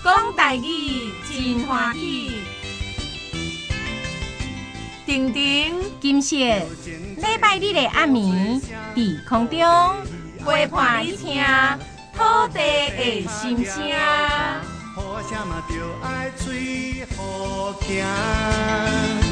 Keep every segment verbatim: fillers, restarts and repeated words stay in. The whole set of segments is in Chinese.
讲台语真欢喜。婷婷、金色，礼拜日的暗暝，伫空中陪伴你听土地的心声。 好声嘛就爱吹好听。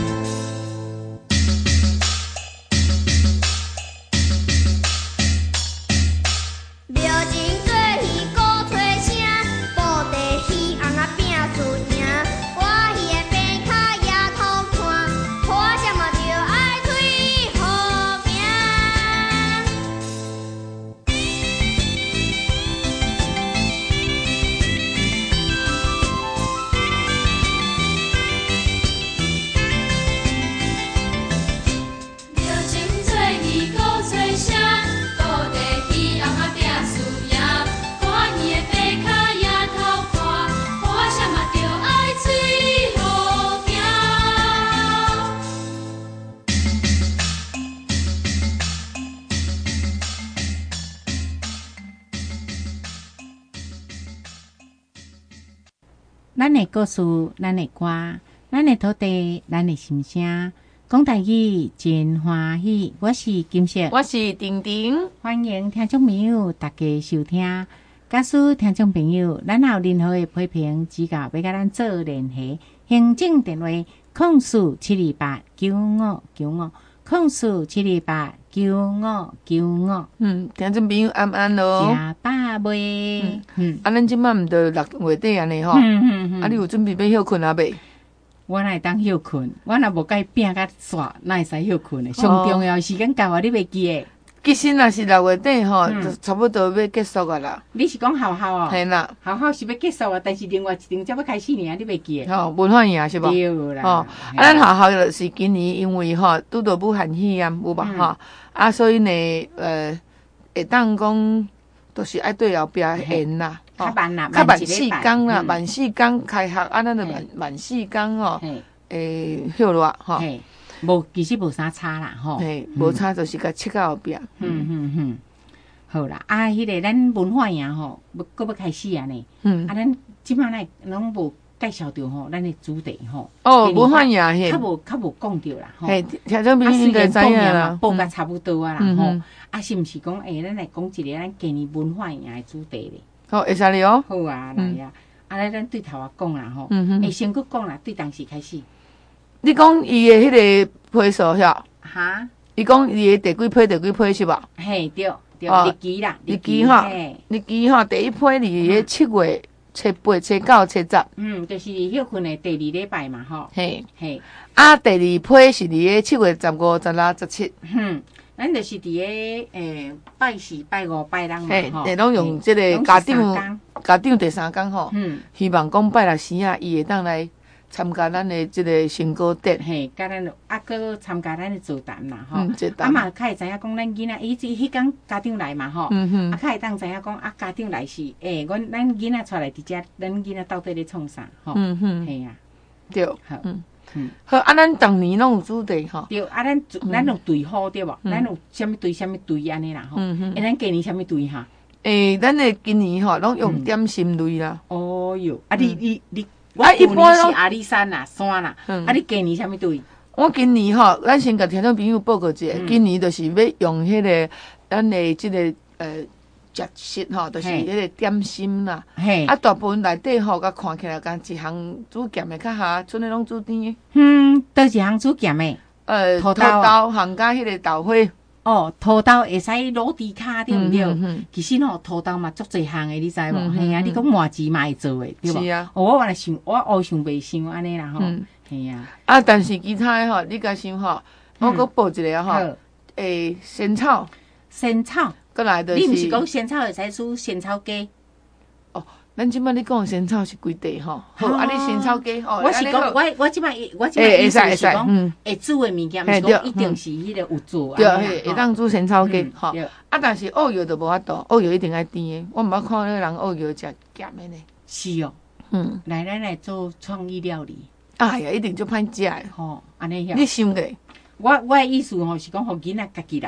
咱的故事，咱的歌，咱的土地，咱的心声，讲台语真欢喜。我是金色， 我是婷婷， 欢迎听众朋友大家收听。假使听众朋友，咱有任何的批评指教，要甲咱做联系，行政电话零四七二八九五九五，零四七二八九五九五。 嗯，听众朋友安安咯。 食饱未？ 嗯，啊，咱即摆毋着六月底安尼吼。嗯嗯嗯。啊，你有准备要休困啊未？ 我哪会当休困？我若无甲伊拼甲煞，哪会使休困诶？上重要时间到啊，你袂记诶？ 其实若是六月底吼，就差不多要结束啊啦。 你是讲校校哦？ 系啦， 校校是要结束啊，但是另外一场才要开始呢，你袂记诶？ 吼，文化营是无？ 对啦。吼， 啊，咱校校就是今年因为吼拄到武汉肺炎有无吼，啊，所以呢，呃，会当讲都是爱对后壁延啦。 较慢啦， 较慢四天啦，慢四天开学，啊，咱就慢慢四天吼，诶，休落吼， 无其实无啥差啦吼， 嘿，无差就是甲切到后壁， 嗯嗯嗯，好啦，啊，迄个咱文化营吼，要搁要开始啊呢，嗯，啊，咱即摆来拢无介绍着吼，咱的主题吼， 哦，文化营嘿， 较无较无讲着啦， 嘿，听众朋友应该知影啦， 报甲差不多啊啦吼，啊，是毋是讲诶，咱来讲一个咱今年文化营的主题咧？ 好，会使哩哦。 好啊，来啊，啊来，咱对头啊讲啦吼。嗯哼。诶，先搁讲啦，对当时开始。 你讲伊的迄个批数遐？ 哈？ 伊讲伊的第几批？第几批是吧？ 嘿，对对，日期啦， 日期哈，日期哈，第一批是迄七月七八、七九、七十。 嗯，就是休困的第二礼拜嘛，吼。 嘿，嘿。啊，第二批是伫咧七月十五、十六、十七。 嗯。咱就是伫个诶拜四、拜五、拜六嘛吼， 诶，拢用即个家长家长第三天吼，希望讲拜六时啊，伊会当来参加咱的即个成果展， 嘿，甲咱啊，搁参加咱的座谈啦吼，啊嘛，较会知影讲咱囡仔，伊即迄天家长来嘛吼，啊，较会当知影讲啊，家长来是诶，阮咱囡仔出来伫遮，咱囡仔到底咧创啥吼，嘿啊， 对，好。嗯，好，啊，咱逐年拢有主题吼。 对，啊，咱咱有队号对无？咱有啥物队啥物队安尼啦吼。嗯嗯。诶，咱今年啥物队哈？ 诶，咱的今年吼，拢用点心类啦。 哦哟，啊你你你，我一般是阿里山啦、山啦。嗯。啊，你今年啥物队？ 我今年吼，咱先甲听众朋友报告一下，今年就是要用迄个咱的即个呃。食食吼，就是迄个点心啦。嘿，啊，大部分内底吼，甲看起来甲一项煮咸的较下，剩的拢煮甜的。 嗯，倒一项煮咸的？呃， 土豆含甲迄个豆花。 哦，土豆会使卤猪骹对毋对？其实吼，土豆嘛足侪项的，你知无？嘿啊，你讲麻糍嘛会做的，对无？是啊。我原来想，我乌想袂想安尼啦吼。嘿啊。啊， 但是其他的吼，你甲想吼，我搁报一个吼，诶，仙草。 仙草。 过来就是， 你毋是讲仙草会使煮仙草鸡？ 哦，咱即摆你讲仙草是几地吼？好，啊，你仙草鸡哦， 我是讲，我我即摆我即摆意思是讲，会煮的物件，毋是讲一定是迄个有做。 对，会当煮仙草鸡吼。啊，但是乌药就无法度，乌药一定爱甜的。我毋捌看迄个人乌药食咸的呢。 是哦，嗯，来咱来做创意料理。 哎呀，一定就歹食的。 吼，安尼遐。 你想的？ 我我的意思吼是讲，互囡仔家己来。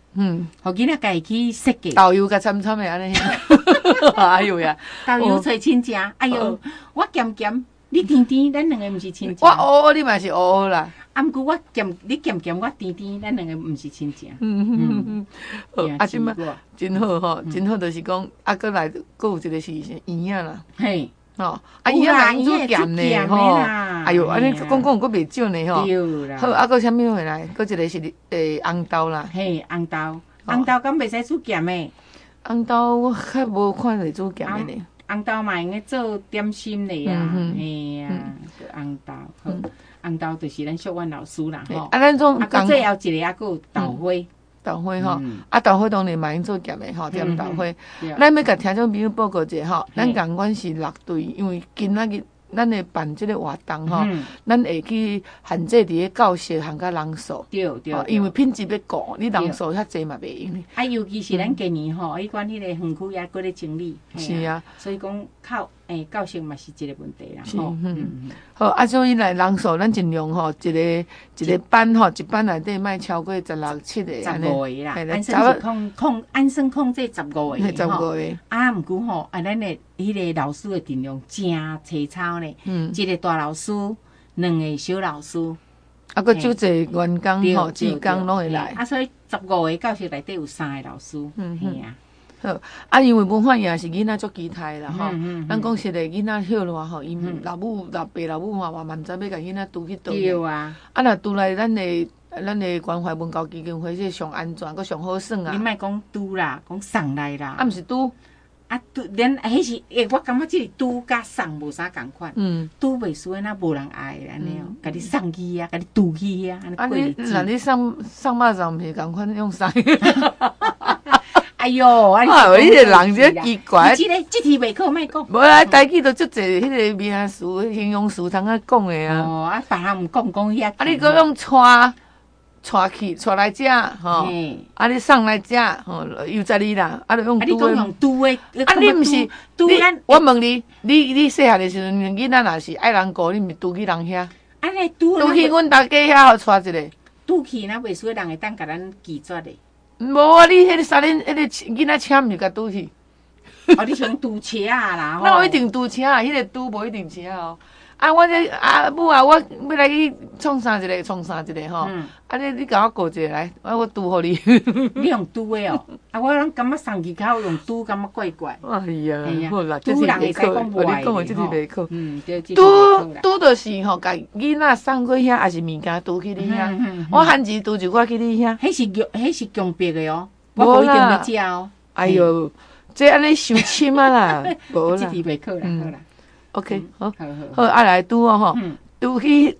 嗯， 互囡仔家己去设计。 导游甲参参的安尼，哎呦呀， 导游找亲戚，哎呦，我咸咸，你甜甜，咱两个毋是亲戚。 我乌乌，你嘛是乌乌啦。 啊，毋过我咸，你咸咸，我甜甜，咱两个毋是亲戚。 嗯嗯嗯，好，啊，即摆真好吼，真好，就是讲啊，搁来，搁有一个是圆仔啦。嘿。哦，啊，伊啊，蛮做咸的吼，哎哟，安尼讲讲佫袂少呢吼。对啦。好，啊，佫啥物回来？佫一个是诶红豆啦。 嘿，红豆，红豆敢袂使煮咸的？ 红豆我较无看会煮咸的呢。 红豆嘛用咧做点心的啊，嘿啊，红豆，好，红豆就是咱小阮老师啦吼。啊，咱种啊，最后一个啊，佫有豆花。 豆花吼，啊豆花当然嘛用做咸的吼，甜豆花。咱要甲听众朋友报告者吼，咱共款是六队，因为今仔日咱会办即个活动吼，咱会去限制伫咧教室含甲人数。对对。因为品质要顾，你人数遐济嘛袂用。啊，尤其是咱今年吼，迄款迄个园区也搁咧整理。是啊。所以讲靠诶教室嘛是一个问题啦。是嗯。好，啊，所以来人数咱尽量吼，一个一个班吼，一班内底莫超过十六七个安尼。十五个啦，安生是控控安生控制十五个吼。十五个。啊，毋过吼，啊，咱的迄个老师会尽量真切操呢。嗯。一个大老师，两个小老师，啊，佮就这员工吼，职工拢会来。啊，所以十五个教室内底有三个老师。嗯嗯。啊。好，啊，因为文化也是囡仔足期待啦，吼。咱讲实个囡仔晓了吼，伊老母、老爸、老母嘛，话嘛毋知要甲囡仔拄去倒。对啊。啊，若拄来咱的咱的关怀文教基金会是上安全，佮上好耍啊。你莫讲拄啦，讲送来啦。啊，毋是拄。啊，拄连迄是诶，我感觉即个拄甲送无啥共款。嗯。拄袂输诶，那无人爱安尼哦，甲你送去啊，甲你拄去啊，安尼过日子。啊，你若你送送肉粽毋是共款用送？哎哟，啊！你个人真奇怪。即个即题袂考，莫讲。无啊，台语都足侪，迄个名词、形容词通啊讲的啊。哦，啊，别人毋讲讲遐。啊，你搁用带带去带来遮吼，啊，你送来遮吼，又在你啦。啊，你用拄的。用拄的。啊，你毋是拄咱？我问你，你你细汉的时阵，囡仔若是爱人顾，你毋是拄去人遐？安尼拄。拄去阮大家遐，互带一个。拄去那袂输人会当甲咱拒绝的。无啊！你迄个三恁迄个囡仔车毋是甲拄去？哦，你像拄车啊啦！那我一定拄车啊，迄个拄无一定车哦。啊，我这啊母啊，我要来去创啥一个，创啥一个吼。啊，你你甲我过一个来，我我拄互你。你用拄的哦？啊，我拢感觉送去口用拄，感觉怪怪。哎呀，好啦，这是袂考。我你讲的这是袂考。嗯，对，拄拄就是吼，甲囡仔送过遐，还是物件拄去你遐。我汉字拄就我去你遐。迄是强，迄是强迫的哦。我无一定要食哦。哎哟，这安尼伤深啊啦，无啦。这题袂考啦，好啦。OK， 好，好，啊来拄哦吼，拄去，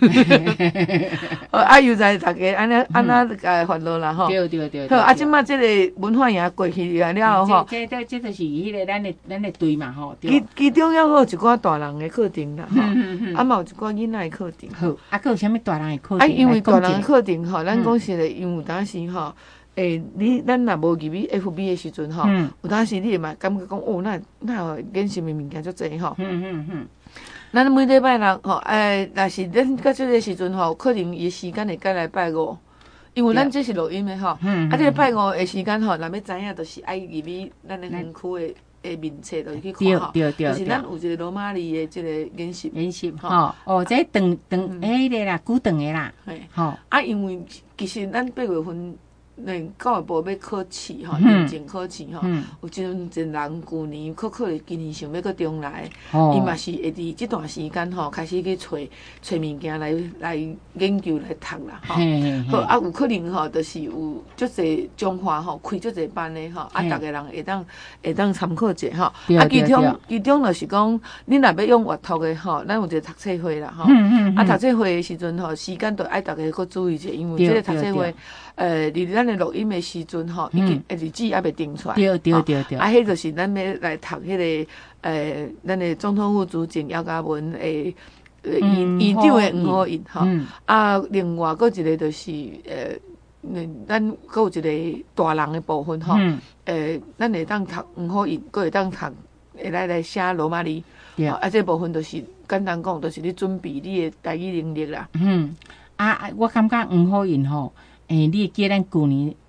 好，啊又在大家安尼安那个烦恼啦吼。对对对。好，啊，即马即个文化营过去了了吼。这这这就是迄个咱的咱的队嘛吼。其其中还有一寡大人的课程啦吼，啊嘛有一寡囡仔的课程。好，啊，佮有啥物大人的课程？啊，因为大人的课程吼，咱讲实个，因为有当时吼。诶，你咱若无入去 F B 的时阵吼，有当时你会嘛感觉讲，哦，那那练习的物件足济吼。嗯嗯嗯。咱每礼拜六吼，诶，若是咱到即个时阵吼，可能伊时间会改来拜五，因为咱这是录音的吼。嗯。啊，这个拜五的时间吼，若要知影，就是爱入去咱的园区的诶面册，就是去看吼。对对对。就是咱有一个罗马尼的即个练习。练习吼。哦，这长长迄个啦，久长的啦。嘿。吼。啊，因为其实咱八月份。那教育部要考试吼，认证考试吼，有即阵一人旧年考考的，今年想要搁重来，伊嘛是会伫即段时间吼，开始去找找物件来来研究来读啦吼。好啊，有可能吼，就是有足侪中华吼开足侪班的吼，啊，逐个人会当会当参考者吼。啊，其中其中就是讲，你若要用阅读的吼，咱有一个读册会啦吼。啊，读册会的时阵吼，时间就爱逐个搁注意者，因为即个读册会。呃，离咱的录音的时阵吼，已经日子还未定出来。对对对对。啊，迄就是咱要来读迄个呃，咱的总统府主任姚嘉文诶，院院长的吴好印吼。啊，另外搁一个就是呃，咱搁有一个大人的部分吼。呃，咱会当读吴好印，搁会当读会来来写罗马尼。啊，这部分就是简单讲，就是你准备你的台语能力啦。嗯。啊，我感觉吴好印吼。诶，你会记咱旧年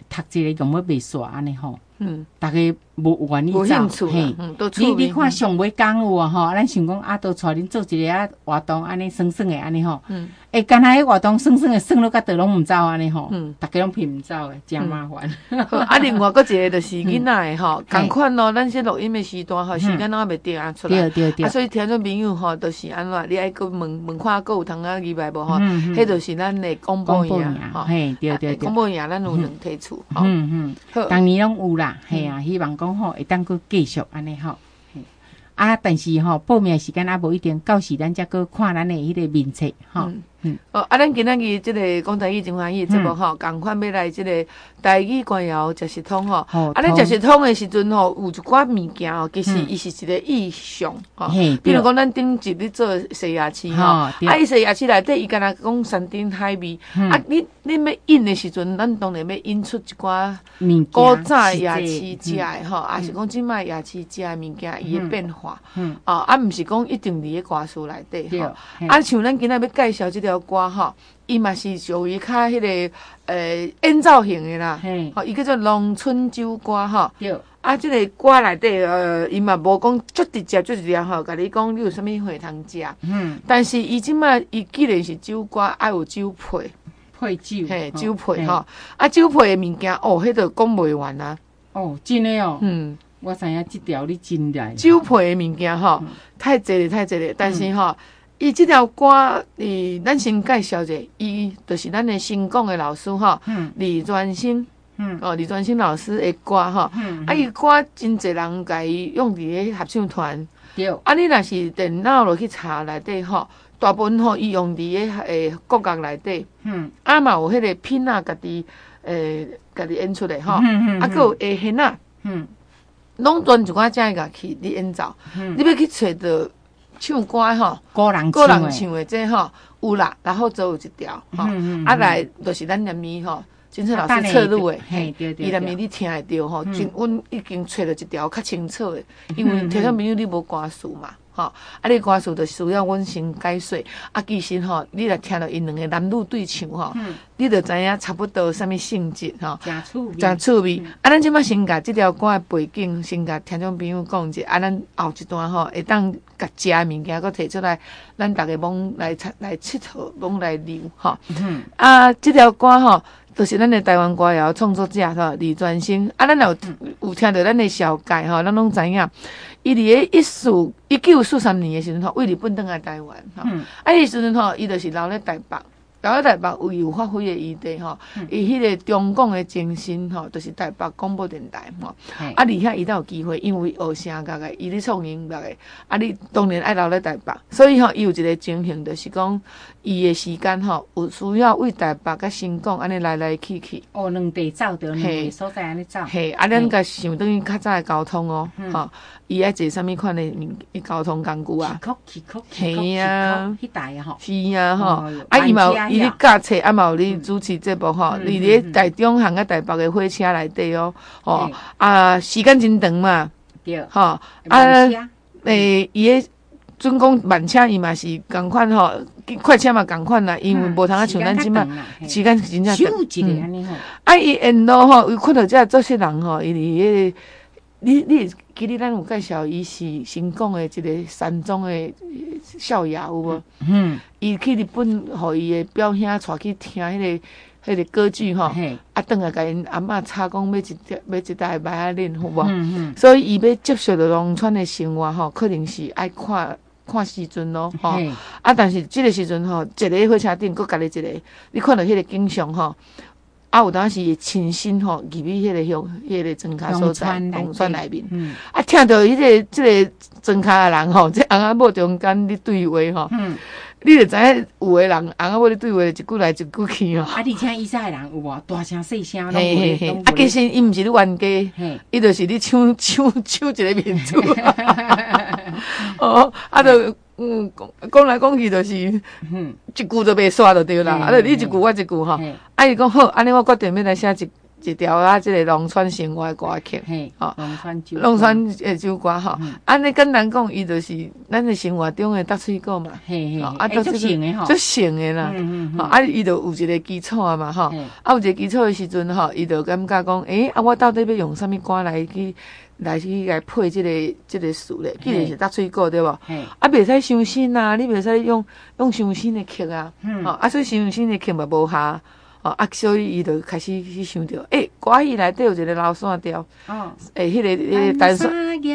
读一个用要袂煞安尼吼。 嗯， 大家无愿意走，嘿， 嗯，都你你看上尾讲有啊吼，咱想讲啊，都带恁做一个啊活动，安尼酸酸的安尼吼，嗯，诶，干那迄活动酸酸的，酸到甲倒拢毋走安尼吼，嗯，大家拢骗毋走诶，真麻烦。 啊，另外佫一个就是囡仔诶吼，共款咯，咱些录音诶时段吼，时间拢还袂定啊出来， 对对对， 啊，所以听众朋友吼，都是安怎，你爱佫问问看，佫有通啊意外无吼，迄就是咱诶广播营吼，嘿，对对对， 广播营咱有两提厝，吼， 嗯嗯，好，当年拢有啦，嘿啊，希望讲吼会当佫继续安尼吼，啊，但是吼报名时间也无一定，到时咱才佫看咱的迄个面册吼。嗯， 哦，啊，咱今仔日即个讲台语真欢喜节目吼，共款要来即个台语歌谣食食通吼。啊，咱食食通的时阵吼，有一寡物件吼，其实伊是一个意象吼。比如讲，咱顶一咧做西牙齿吼，啊，伊西牙齿内底伊敢若讲山珍海味，啊，你你要印的时阵，咱当然要印出一寡古早牙齿食的吼，啊是讲即摆牙齿食的物件伊的变化。嗯。啊，啊，毋是讲一定伫咧歌词内底吼。啊，像咱今仔要介绍即条歌吼，伊嘛是属于较迄个呃演奏型的啦，吼，伊叫做农村酒歌吼。对。啊，即个歌内底呃，伊嘛无讲足直接足直接吼，甲你讲你有啥物货通食。嗯。但是伊即摆伊既然是酒歌，爱有酒配。 配酒。 嘿，酒配吼，啊，酒配的物件哦，迄个讲袂完啊。 哦，真的哦。嗯。我知影即条你真厉害。 酒配的物件吼，太济咧，太济咧，但是吼。伊即条歌，伊咱先介绍者，伊就是咱的新讲的老师吼，李专心，哦，李专心老师的歌吼，啊，伊歌真侪人家伊用伫咧合唱团，啊，你若是电脑落去查内底吼，大部分吼伊用伫咧诶国乐内底，啊嘛有迄个品仔家己诶家己演出的吼，啊，佮有下弦仔，拢专一寡正乐器你演奏，你要去找到。唱歌吼， 个人个人唱的这吼有啦，然后做有一条吼，啊来就是咱念咪吼，真正老师侧录的，嘿，伊念咪你听会着吼，真阮已经找到一条较清楚的，因为听众朋友你无歌词嘛，吼，啊你歌词就需要阮先解说，啊其实吼，你来听到因两个男女对唱吼，你就知影差不多啥物性质吼， 真趣味， 真趣味。啊，咱即摆先甲即条歌的背景，先甲听众朋友讲者，啊，咱后一段吼会当。甲食的物件，佮摕出来，咱逐个罔来来佚佗，罔来溜吼。嗯、啊，即条歌吼，就是咱的台湾歌谣创作者吼，李专心。啊，咱有有听到咱的小介吼，咱拢知影。伊伫咧一四一九四三年的时阵吼，为日本登来台湾吼。嗯、啊，迄时阵吼，伊就是留咧台北。留咧台北有有发挥的余地吼，伊迄个中共的精神吼，就是台北广播电台吼。啊，伫遐伊才有机会，因为学声乐的，伊咧创音乐的，啊，你当然爱留咧台北，所以吼，伊有一个情形，就是讲伊的时间吼，有需要为台北甲新港安尼来来去去。 哦，两地走着，两地所在安尼走。 嘿，啊，咱甲想等于较早的交通哦，吼，伊爱坐啥物款的物交通工具啊？ 起曲起曲起曲，迄代啊吼。 是啊吼，啊伊嘛。伊咧教册，啊嘛有咧主持节目吼，伊咧台中行啊台北的火车内底哦，吼啊时间真长嘛， 对， 吼啊诶，伊咧准讲慢车伊嘛是共款吼，快车嘛共款啦，因为无通啊像咱即摆时间真正长。啊伊沿路吼，伊看到遮做些人吼，伊伫迄个。你你记得咱有介绍，伊是新港的一个山庄的少爷有无？嗯，伊去日本，互伊的表兄带去听迄个迄个歌剧吼，啊，转来甲因阿嬷吵讲要一条要一台麦仔练，有无？嗯嗯。所以伊要接受着农村的生活吼，可能是爱看看时阵咯，吼。啊，但是即个时阵吼，一个火车顶，佮家己一个，你看到迄个景象吼。啊，有当时亲身吼入去迄个乡、迄个庄卡所在，农村内面，嗯、啊，听到迄、那个即、这个庄卡的人吼，即翁仔某中间咧对话吼，嗯、你就知影有的人翁仔某咧对话一句来一句去吼。啊， 而且伊遐的人有无大声细声拢嘿嘿啊，其实伊毋是咧冤家，伊就是咧唱唱唱一个民族。哦，啊，就。嗯，讲讲来讲去就是，嗯，一句都袂煞就对啦。啊，你一句我一句吼。啊，伊讲好，安尼我决定要来写一一条啊，即个农村生活的歌曲， 吼，农村酒， 农村诶酒歌吼，安尼简单讲，伊就是咱的生活中的搭水果嘛， 嘿嘿， 啊， 足成诶吼， 足成诶啦，吼，啊，伊就有一个基础啊嘛，吼，啊，有一个基础的时阵吼，伊就感觉讲，诶，啊，我到底要用啥物歌来去？来去来配即、这个即、这个词咧，既然是搭水果对无？啊，袂使伤心啊，你袂使用用伤心的曲啊，嗯、哦，啊，所以伤心的曲嘛无下，哦，啊，所以伊就开始去想着，诶、欸，歌戏内底有一个老山调，哦，诶、欸，迄、那个迄个单山，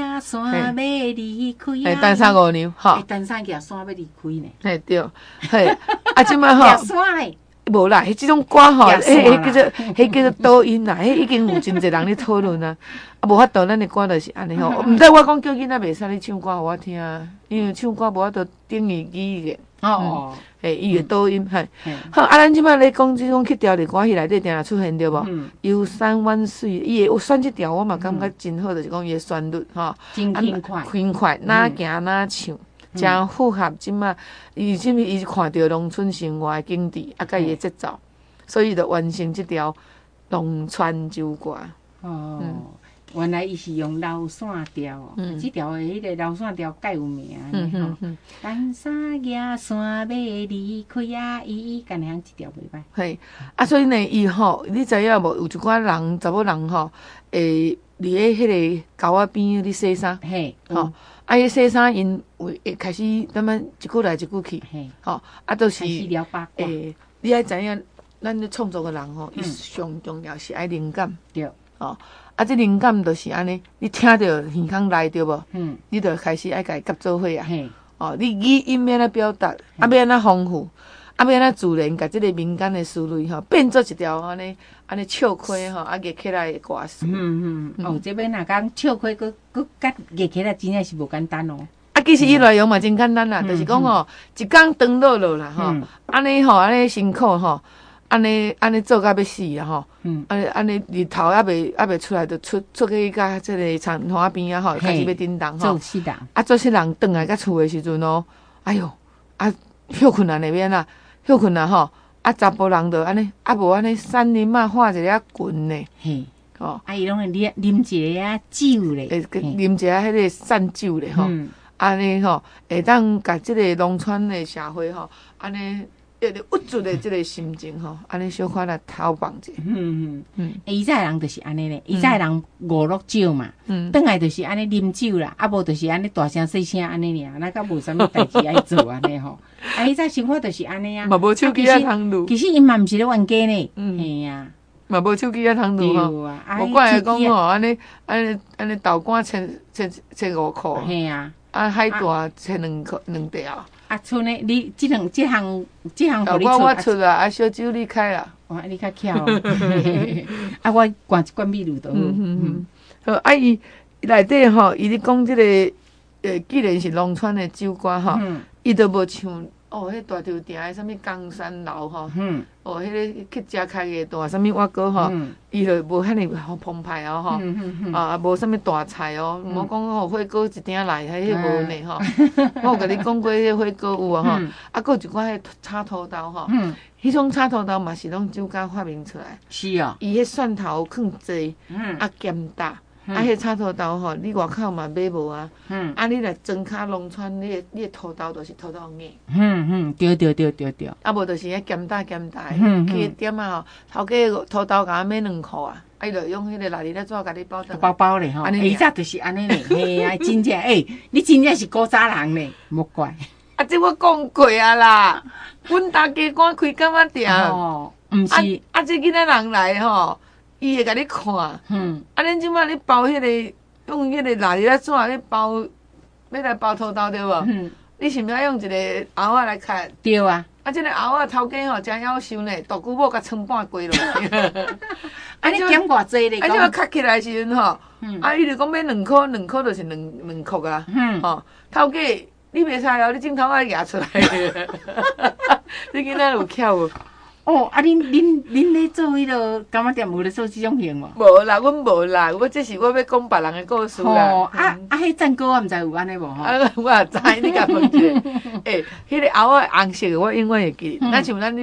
诶，单山五娘，吼， 单山行山要离开呢， 嘿对，嘿，啊，即摆吼。无啦，迄即种歌吼，迄迄叫做迄叫做抖音啦，迄已经有真侪人咧讨论啊。啊，无法度，咱的歌就是安尼吼。毋得我讲叫囡仔袂使咧唱歌互我听，因为唱歌无法度等于语言。哦，诶，伊个抖音嘿。好，啊，咱即摆咧讲即种曲调的歌，戏内底定定出现着无？游山玩水，伊会选即条，我嘛感觉真好，就是讲伊个旋律吼， 真轻快， 轻快，哪行哪唱。真符合即马，伊即伊看到农村生活的景致，啊，甲伊的节奏，所以就完成即条农村酒歌。 哦，嗯、原来伊是用老山调哦，嗯、即条的迄个老山调介有名安尼吼。单山行山要离开啊，伊伊干样即条袂歹。 嘿，啊，所以呢，伊吼，你知影无？有一寡人查某人吼，诶，伫咧迄个沟仔边咧洗衫，嘿，吼。啊！伊洗衫，因会会开始慢慢一句来一句去，吼，啊，都是诶，你爱知影，咱咧创作个人吼，伊上重要是爱灵感，对，吼，啊，这灵感就是安尼，你听着耳孔来对无？嗯，你就开始爱甲伊夹做伙啊，哦，你语音要安怎表达，啊，要安怎丰富，啊，要安怎自然，甲即个民间的思维吼，变做一条安尼。安尼笑开吼，啊，艺起来的歌词。 嗯嗯，哦，这边若讲笑开，佮佮甲艺起来真正是无简单哦。 啊，其实伊内容嘛真简单啦，就是讲吼，一工长落落啦吼，安尼吼，安尼辛苦吼，安尼安尼做甲要死啦吼，安尼安尼日头还袂还袂出来，就出出去甲即个田花边啊吼，开始要叮当吼。 做事人。 啊，做事人转来甲厝的时阵哦，哎哟，啊，休困难那边啦，休困难吼。啊，查甫人就安尼，啊无安尼山林啊，画一个裙呢，嘿， 哦，啊伊拢会啉啉一个啊酒咧， 会啉一下迄个散酒咧吼，安尼吼，会当甲即个农村的社会吼，安尼一个郁卒的即个心情吼，安尼小可来偷放者。嗯嗯嗯，以前人就是安尼咧，以前人娱乐少嘛，转来就是安尼啉酒啦，啊无就是安尼大声细声安尼尔，那甲无啥物代志爱做安尼吼。啊！伊在生活就是安尼啊， 嘛无手机啊通录。 其实因嘛毋是咧冤家呢，嘿啊， 嘛无手机啊通录吼。我怪来讲吼，安尼安尼安尼豆干千千千五箍，嘿啊，啊海带千两块两条。 啊，剩诶，你即两即项即项互你出。我我出啊，啊烧酒你开啦。 哇，你较巧。啊，我灌一罐米露都好。嗯嗯。好，啊伊内底吼，伊咧讲即个诶，既然是农村诶酒歌吼。伊都无像哦，迄大条埕诶，啥物江山楼吼，哦，迄个去食开个大啥物瓦糕吼，伊就无遐尼澎湃哦吼，啊，无啥物大菜哦，毋好讲哦，火锅一鼎来，迄迄无呢吼。我有甲你讲过，迄火锅有啊吼，啊，佫有一款迄炒土豆吼，迄种炒土豆嘛是拢酒家发明出来。 是啊。 伊迄蒜头放济，啊咸淡。啊，迄炒土豆吼，你外口嘛买无啊？嗯。啊，你来庄卡农村，你你的土豆就是土豆硬。 嗯嗯，对对对对对。 啊，无就是迄咸淡咸淡，去点啊吼，头家土豆甲买两箍啊，啊伊就用迄个内里咧纸甲你包倒。 包包咧吼，以前就是安尼咧，嘿啊，真正诶，你真正是古早人咧，莫怪。 啊，这我讲过啊啦，阮大家馆开干嘛店？ 哦，毋是。 啊，这囡仔人来吼。伊会甲你看，嗯，啊，恁即摆咧包迄个用迄个内里仔纸咧包，要来包土豆对无？嗯，你是毋是要用一个蚵仔来开？ 对啊， 啊，即个蚵仔头家吼真夭寿呢，大舅母甲撑半规落去。 啊，你减偌济咧？ 啊，即个卡起来时阵吼，啊，伊就讲买两箍，两箍就是两两箍啊，吼，头家你袂使哦，你镜头爱夹出来。你囡仔有巧无？ 哦，啊，恁恁恁咧做迄落干妈店有咧做即种型无？ 无啦，阮无啦，我这是我要讲别人的故事啦。 哦，啊啊，迄赞歌我毋知有安尼无吼？ 啊，我也知，你甲问者。诶，迄个蚵仔红色的我永远会记。咱像咱咧拜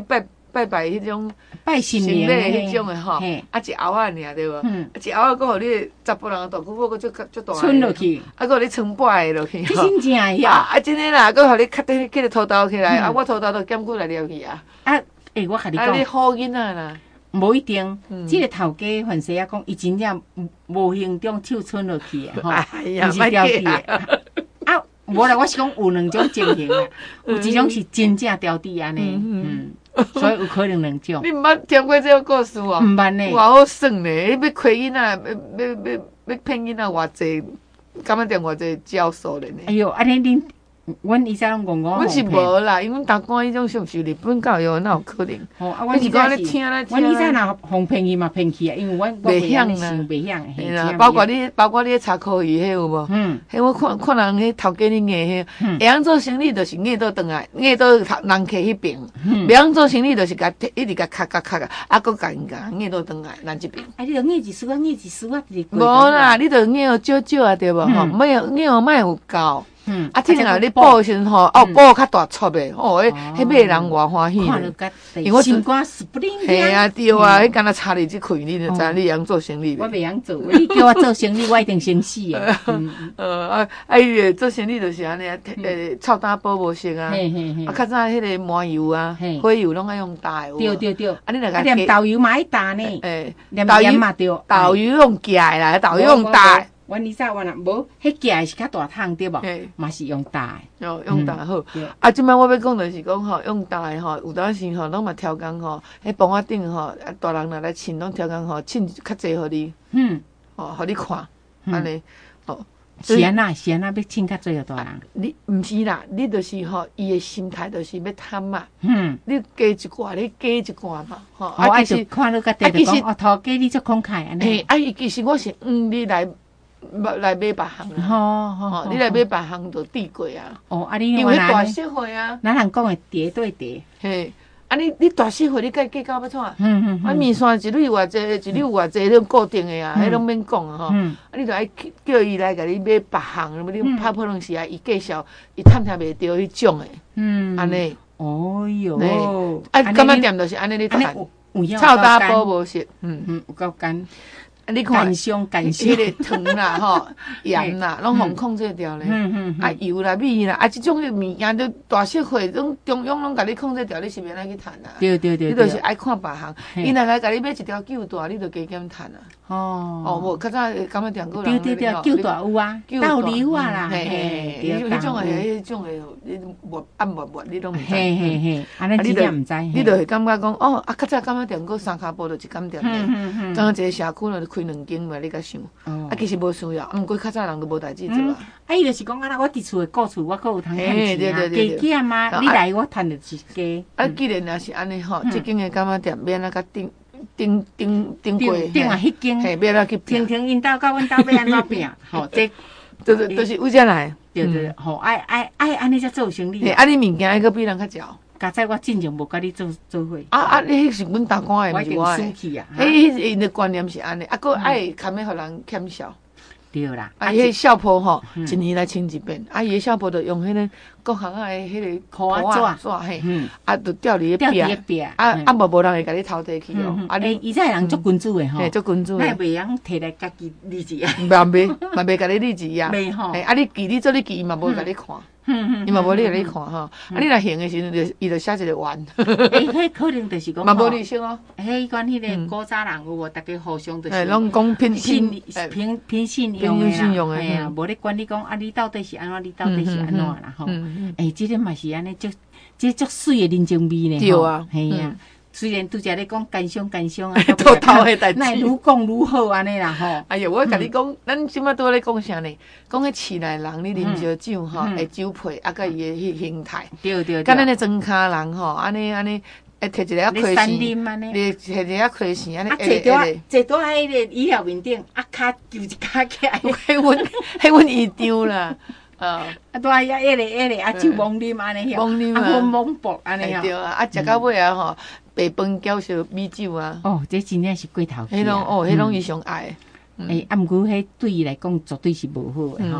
拜拜迄种拜新新年礼迄种诶吼， 嘿啊一后仔尔对无？ 嗯啊一后仔，佫互你十甫人大久保，佫足足大个， 伸落去， 啊佫互你撑摆落去吼。 这真正诶啊呀！ 啊真诶啦，佫互你卡得起个土豆起来， 嗯啊我土豆都减骨来了去啊。 啊，诶，我甲你啊你讲， 好囡仔啦， 无一定。 嗯即个头家范西啊讲，伊真正无形中手伸落去诶吼， 哎呀毋是掉地莫诶。啊，无啦，我是讲有两种情形啊，有一种是真正掉地安尼，嗯，所以有可能两种。 你毋捌听过这个故事哦？ 毋捌呢， 偌好耍呢！你要亏囡仔，要要要要骗囡仔偌济，感觉点偌济招数咧呢？ 哎哟，安尼恁，阮以前拢讲讲， 阮是无啦，因为达官迄种是毋是日本教育，哪有可能？ 哦，啊， 你阮以是讲咧前是， 听咧听阮以前咧。 若互骗去嘛骗去啊，因为阮我袂晓啦想，袂晓，嘿嘿啦， 真包括袂晓你，包括你咧查科语迄有无？ 嗯迄我看看人迄头家恁硬迄， 嗯会晓做生意就是硬倒转来，硬倒人客迄边； 嗯袂晓做生意就是甲一直甲卡卡卡，啊，搁甲因甲硬倒转来咱这边。 啊，你着硬一丝啊，硬一丝啊，直无啦，，你着硬少少啊，对无吼？ 嗯莫硬莫有够。 嗯， 啊，听啊，你报的时阵吼，哦， 嗯报较大撮的，哦，迄哦迄买人偌欢喜咧。 看着甲因为我心肝 spring 嘿啊，对啊，迄敢若差你即开，你就知你会晓做生意我咧。 袂晓做，你叫我做生意，我一定先死诶。嗯呃啊，啊，伊个做生意就是安尼啊，诶，臭蛋煲无熟啊， 嘿嘿嘿啊，，较早迄个麻油啊嘿、 火油拢爱用大的。 对。对对， 啊，你若啊， 甲连豆油嘛爱打呢， 诶， 连豆油盐嘛对， 豆油用夹的啦，豆油用大的。 阮以前阮若无，迄夹是较大桶对无嘿？ 嘛是用大诶。 哦，用大好。 对， 啊，即摆我要讲就是讲吼，用大的吼，有当时吼，拢嘛挑工吼，迄房仔顶吼，啊，大人若来请，拢挑工吼，请较济互你， 嗯， 吼，互你看， 嗯安尼，吼。 是安那是安那要请较做个大人。 你毋是啦，你就是吼，伊的心态就是要贪嘛， 嗯， 你加一寡，你加一寡嘛，吼。 哦，啊就其实， 看到个地啊其实就讲，哦，头家你足慷慨安嘿， 尼。 啊，伊其实我是嗯，你来来买别项啦， 好好吼，你来买别项就抵过啊， 哦，啊你因为大原来社会啊， 咱人讲的叠对叠。 嘿，啊你你大社会你计计较要怎？ 嗯嗯啊，面线一缕偌济，一缕偌济，迄种固定的啊， 嗯迄拢免讲啊吼。 嗯啊，你著爱叫伊来甲你买别项，你嗯拍可能是啊，伊介绍，伊探听袂着迄种的， 嗯， 安尼。 哦哟嘿，啊，感觉店就是安尼，你看， 安尼有有影臭大煲无熟，嗯， 嗯，有够干， 啊，你看干，伤干伤迄，个糖啦吼，盐啦，拢互控制掉咧。 嗯嗯啊，油啦、米啦，啊，即种的物件都大社会，拢中央拢甲你控制掉，你是免来去趁啊。 对对对你就是对， 爱看别项， 嘿伊若来甲你买一条狗大，你就加减趁啊。 哦哦，无，较早感觉店个对人对对，旧大有啊，道理有啊啦， 嘿嘿， 嘿， 对迄种道诶，迄种诶，你抹按抹抹，你拢毋知。 嘿嘿嘿，安尼啊你就真正毋知， 你就会感觉讲，哦，啊，较早感觉店个三骹步就一间店咧， 嗯嗯刚刚一个社区就开两间嘛，你甲想， 嗯， 啊，其实无需要，啊，毋过较早人都无代志做嗯啊。， 啊，伊就是讲啊，我伫厝诶顾厝，我搁有通趁嘿对钱啊， 对对对加减啊，你来我趁着一加， 啊，既然若是安尼吼， 嗯即间诶感觉店免啊甲顶顶顶顶过， 顶顶啊，迄间嘿，免啊去拼， 天天因兜甲阮兜要安怎拼，吼，这就是就是为遮来。 对对，吼，爱爱爱安尼才做生嘿， 意， 啊，你物件爱搁比人较少。 加在我进前无甲你做做伙， 啊啊，你迄是阮大官诶，毋我一定是我诶。 输去啊，哈迄因的观念是安尼，啊，搁爱堪要互人欠笑。 对啦， 啊，迄笑婆吼， 嗯一年来清一遍。啊，伊的笑婆就用迄个各行啊的迄个箍仔纸嘿， 嗯， 啊，就吊伫吊咧壁， 伫咧壁， 啊嗯啊，无无人会甲你偷摕去哦。啊， 诶， 你伊这人足君主诶吼， 嘿做君主的， 咱袂晓摕来家己立志啊， 嘛袂嘛袂甲你立志啊。 袂吼嘿，，啊，你记你做你记，伊嘛无甲你看， 嗯伊嘛无你甲你看吼。啊，你若行的时阵，就伊就写一个完， 诶，迄可能就是讲， 嘛无理性哦。 迄款迄嗯个古早人有无，逐个互相就哎， 是拢讲拼信拼，哎凭凭信用的凭信用啦， 的嘿啊， 嗯无咧管你讲啊，你到底是安怎，你到底是安怎啦吼。 嗯嗯， 诶，即个嘛是安尼，足即足水的人情味呢。 对啊吼嘿啊嗯。 虽然拄则咧讲干伤干伤啊， 头头的代志那愈讲愈好安尼啦吼。 哎呀，我甲你讲，咱即摆拄咧讲啥呢？讲迄市内人，你啉烧酒吼， 嗯会酒配，啊，甲伊的迄形态， 对对甲咱对。 的庄骹人吼，安尼安尼，会摕一个啊咧山亏线， 林安尼。 你摕一个啊亏线，安尼啊， 会坐会倒坐倒喺迄个医疗面顶，啊，骹就一骹起来， 迄阮迄阮姨丈啦，啊， 啊，拄啊，遐一个一个啊，就懵啉安尼， 懵啉啊啊，懵薄安尼对啊，啊，食到尾啊吼，白饭搅烧米酒啊， 哦，这真正是过头去啊。 迄种哦，迄种嗯伊上爱的。 诶，啊，毋过迄对伊来讲绝对是无好诶嗯吼。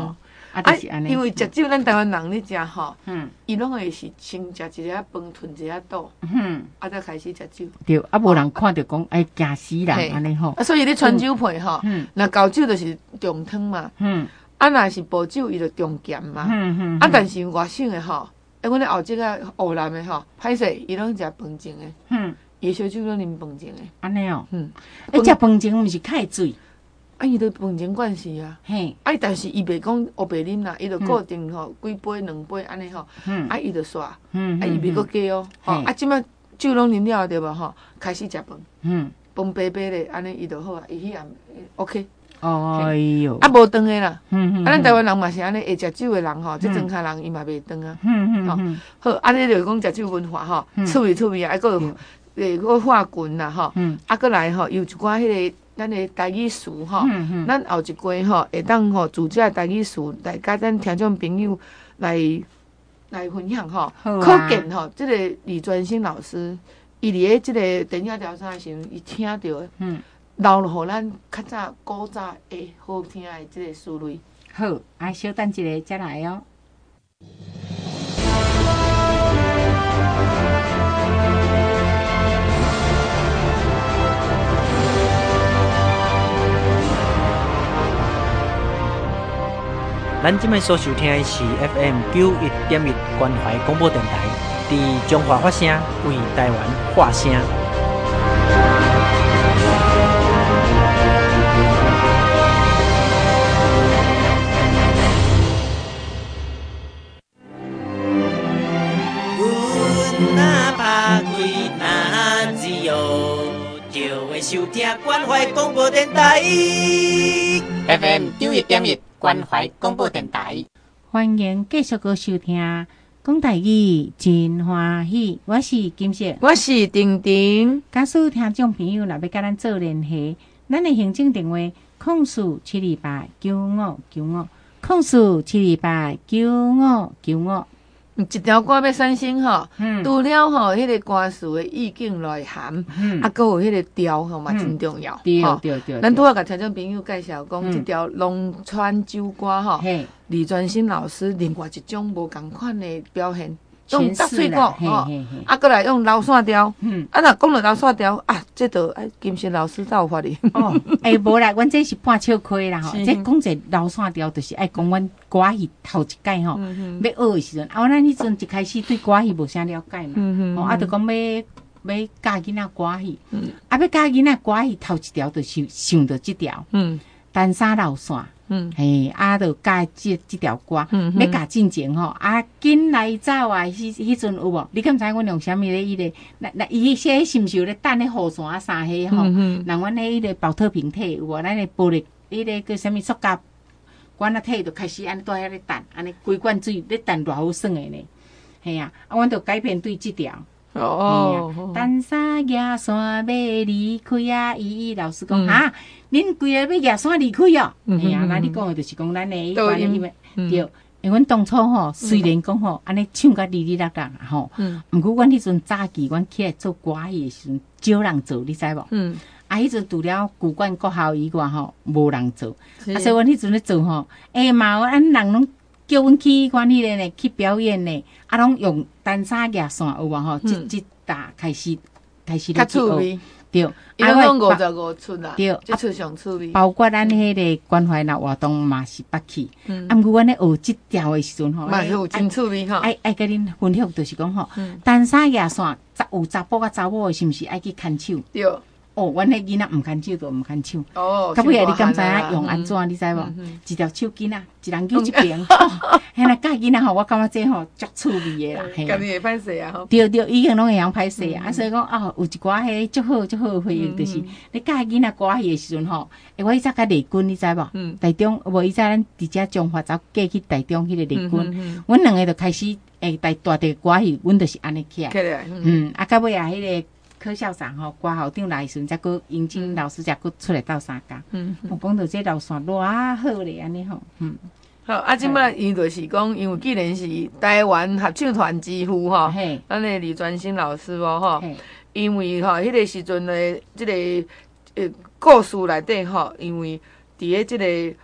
啊，就是安尼。 因为食酒，咱台湾人咧食吼， 嗯， 伊拢会是先食一个饭，吞一个肚， 嗯， 啊，再开始食酒。 对，啊，无人看着讲，哎，惊死人安尼吼。 啊，所以咧川酒配吼， 嗯， 那高酒就是重汤嘛， 嗯， 啊，若是薄酒伊就重咸嘛， 嗯嗯， 啊，但是外省的吼，哎，阮咧后即个湖南的吼，歹势，伊拢食饭前的， 嗯， 伊烧酒拢啉饭前的， 安尼哦， 嗯， 哎，食饭前毋是开水。 啊，伊都饭前惯势啊， 嘿， 啊，但是伊袂讲黑白啉啦，伊就固定吼几杯两杯安尼吼，啊，伊就煞，啊，伊袂搁加哦，吼，啊，即摆酒拢啉了对无吼，开始食饭，嗯，饭白白咧，安尼伊就好啊，伊迄样 OK。 哦哎哟， 啊，无长的啦， 嗯嗯， 啊，咱台湾人嘛是安尼，会食酒的人吼，即庄脚人伊嘛袂长啊， 嗯嗯， 好，啊，你就是讲食酒文化吼，趣味趣味啊，还佫有诶，佫画棍啦吼，啊，佫来吼，有一寡迄个。咱的台语词吼，咱后一季吼会当吼自家台语词来甲咱听众朋友来来分享吼。可见吼，即个李专心老师，伊伫咧即个电影调查时，伊听到的，留落互咱较早古早诶好听诶即个思维。 好，啊，稍等一下再来哦。 咱即摆所收听的是 F M 九一点一关怀广播电台，伫中华发声，为台湾发声。阮若拍开若自由，就会收听关怀广播电台 F M 九一点一。关怀广播电台， 欢迎继续个收听讲台语，真欢喜。我是金色， 我是婷婷。 假使听众朋友若要甲咱做联系，咱的行政电话：空四七二八九五九五，空四七二八九五九五。 一条歌要选先吼，除了吼迄个歌词的意境内涵，啊，搁有迄个调吼嘛，真重要。 对对对， 咱拄仔甲听众朋友介绍讲，即条农村酒歌吼，李专心老师另外一种无共款的表现，用杂碎鼓吼，啊，搁来用流线调，啊，若讲到流线调啊，这都哎金星老师才有法哩。 哦，哎，无啦，阮这是半笑亏啦吼，这讲者流线调，就是爱讲阮歌戏头一届吼，要学的时阵，啊，咱迄阵一开始对歌戏无啥了解嘛，哦，啊，就讲要要教囡仔歌戏，啊，要教囡仔歌戏头一条就是想到即条，嗯，单衫流线。嗯，嘿，啊，就教即即条歌，嗯、要教进前吼，啊，紧来走啊！迄迄阵有无？你敢知阮用啥物咧？伊个，那那伊些是毋是有咧等咧雨伞啊？衫迄吼，人阮咧迄个保特瓶体有无？咱咧玻璃，迄个叫啥物塑胶管啊体，就开始安尼在遐咧等，安尼规罐水咧等偌好耍诶呢。嘿啊，啊，阮就改编对即条。哦，单衫野山要离开啊！伊伊老师讲哈，恁规个要野山离开哦。哎呀，那你讲的就是讲咱的一般的因为对，因为阮当初吼，虽然讲吼，安尼唱甲哩哩啦啦吼，毋过阮迄阵早期，阮起来做歌戏的时阵，少人做，你知无？嗯，啊，迄阵除了古管国校以外吼，无人做，啊，所以阮迄阵咧做吼，哎嘛，咱人拢。叫阮去管迄个呢，去表演呢，啊，拢用单衫野线有无吼？即即搭开始开始咧趣味， 对， 伊拢五十五出啦， 对， 即出上趣味。 包括咱迄个关怀闹活动嘛是捌去，啊，毋过阮咧学即条的时阵吼， 嘛是有真趣味吼。 爱爱甲恁分享，就是讲吼，单衫野线，有查甫甲查某的，是毋是爱去牵手？对。哦，阮迄囡仔毋牵手就毋牵手。哦，到尾啊，你敢知影用安怎？你知无？一条手巾啊，一人举一边。嘿啦，教囡仔吼，我感觉这吼足趣味的啦。 家己会歹势啊吼。 对对，已经拢会晓歹势啊，所以讲哦，有一寡迄足好足好回忆，就是你教囡仔歌戏的时阵吼，诶，我以前甲丽君，你知无？嗯。台中无以前咱伫遮中华走嫁去台中迄个丽君，阮两个就开始诶，大大地歌戏，阮就是安尼起来。起来。嗯，啊，到尾啊，迄个。柯校长吼，歌校长来时阵，才佫迎亲老师才佫出来斗相共。嗯，我讲到这路线偌好咧，安尼吼。嗯， 好，啊，即摆伊就是讲，因为既然是台湾合唱团之父吼，咱的李专心老师哦吼，因为吼迄个时阵的即个呃故事内底吼，因为伫咧即个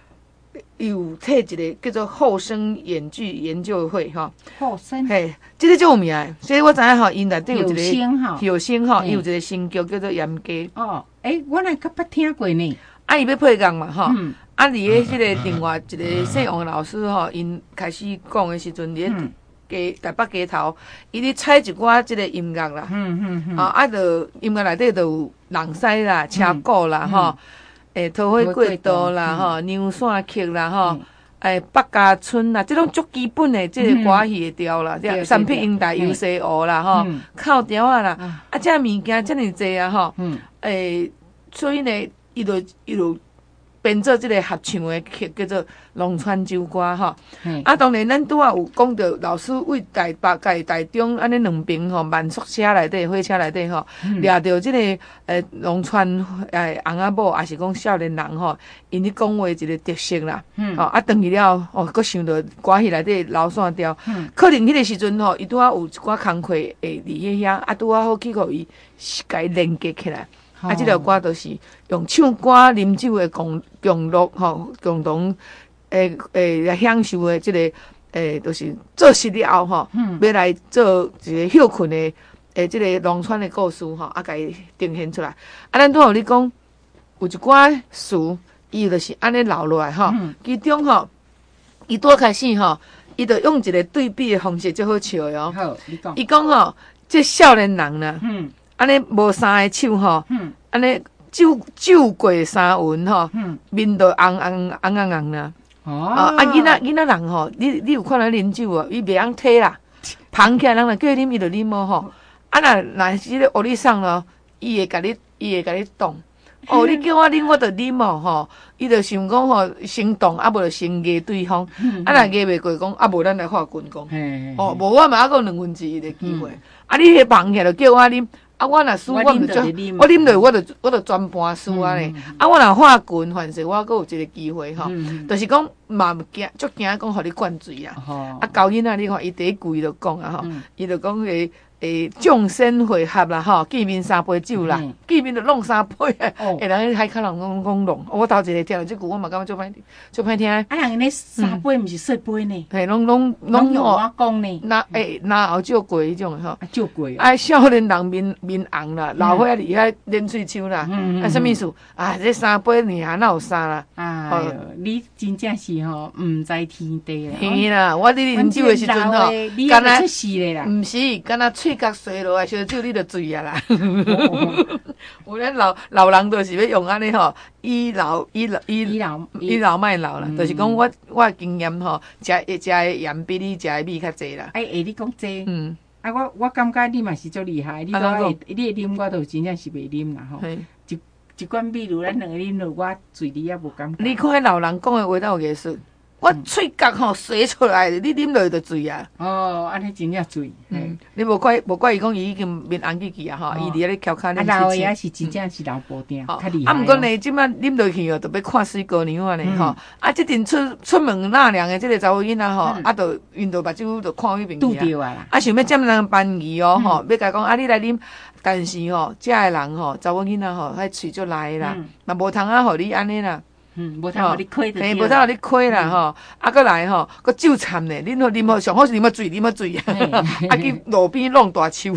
有替一个叫做后生演剧研究会吼， 后生嘿，即个就有名诶，所以我知影吼，因内底有一个有声吼有声吼，伊有一个新剧叫做《严家》。 哦，诶，我若较捌听过呢。 啊，伊要配角嘛吼， 嗯啊，伫咧即个另外一个姓王老师吼，因开始讲诶时阵，伫嗯咧街台北街头，伊咧采一寡即个音乐啦， 嗯嗯嗯， 啊，啊，着音乐内底着有人狮啦、车鼓啦吼，诶，桃花过道啦吼，牛线曲啦吼。诶，百家春啦，即种足基本的即个歌戏的调啦，即三匹英台游西湖啦，吼，靠调啊啦，啊，这物件遮尔济啊，吼，诶，所以呢，伊就伊就编做即个合唱的曲，叫做《龙川州歌》吼。啊，当然咱拄仔有讲到老师为台北、甲台中安尼两边吼慢速车内底、火车内底吼，掠着即个诶龙川诶翁仔某，也是讲少年人吼，因咧讲话一个特色啦。吼啊，转去了哦，佫想到歌戏内底流线调，可能迄个时阵吼，伊拄仔有一寡工课会伫迄遐，啊，拄仔好去互伊甲伊连接起来。啊，即条歌就是用唱歌、啉酒的共共乐吼，共同诶诶来享受的即、这个诶，就是做实了后吼，嗯、要来做一个休困的诶，即个农村的故事吼，啊，甲伊呈现出来。啊，咱拄有你讲有一寡词，伊就是安尼留落来吼，嗯、其中吼，伊拄开始吼，伊就用一个对比的方式最好笑的哦。 好，你讲。 伊讲吼，即少年人啦。嗯安尼无三个手吼，安尼酒酒过三巡吼，面都红红红红红啦。哦，啊囡仔囡仔人吼，你你有看到啉酒无？伊袂晓摕啦，捧起来人来叫伊啉，伊就啉无吼。啊若若是咧屋里送咯，伊会甲你伊会甲你动。哦，你叫我啉，我就啉哦吼。伊就想讲吼，先动啊，无就先压对方。啊若压袂过讲，啊无咱来画棍讲。哦，无我嘛还有两分之一的机会。啊，你迄捧起来就叫我啉。啊，我若输，我毋就我啉落，我就我就全盘输啊咧。啊，我若画拳，反正我阁有一个机会吼，就是讲嘛惊，足惊讲互你灌醉啊。啊，高囡仔你看，伊第一句就讲啊吼，伊就讲诶诶，众生会合啦吼，见面三杯酒啦，见面就弄三杯啊。诶，人海口人讲讲弄，我头一个听到即句，我嘛感觉足歹足歹听。 啊，人咧三杯毋是四杯呢？ 嘿，拢拢拢用我讲呢。 那诶，那后少过迄种吼。 啊，少过。 啊，少年人面面红啦，老伙仔伫遐捻喙鬚啦，啊，什么意思？啊，这三杯尔哪有三啦？ 哎哟，你真正是吼，毋知天地啦。 嘿啦，我伫啉酒的时阵吼， 敢若出事咧啦。 毋是，敢若喙角衰落来，烧酒你就醉啊啦。有咱老老人就是要用安尼吼，倚老倚老倚老倚老卖老啦，就是讲我我的经验吼，食食的盐比你食的米较济啦。 哎，会你讲济？嗯。啊，我我感觉你嘛是足厉害，你都会，你会啉，我都真正是袂啉啦吼。一一罐米如咱两个啉落，我醉你也无感觉。 你看迄老人讲的话，都有艺术。我喙角吼洗出来，你啉落就醉啊！ 哦，安尼真正醉。 嗯，你无怪无怪伊讲伊已经面红起去啊吼，伊伫咧翘骹咧。 啊，老也是真正是老布丁，较厉害。 啊，毋过呢，即摆啉落去哦，就要看水姑娘啊呢吼。啊，即阵出出门纳凉的即个查某囡仔吼，啊，就因着目睭就看迄边拄着啊啦。 啊，想要占人便宜哦吼，要甲讲啊，你来啉。但是吼，遮个人吼，查某囡仔吼，迄喙足来啦，嘛无通啊，互你安尼啦。 嗯，无通互你亏着。 嘿，无通互你亏啦吼，啊，搁来吼，搁酒掺呢，恁好啉好，上好是啉啊醉，啉啊醉，啊去路边弄大树。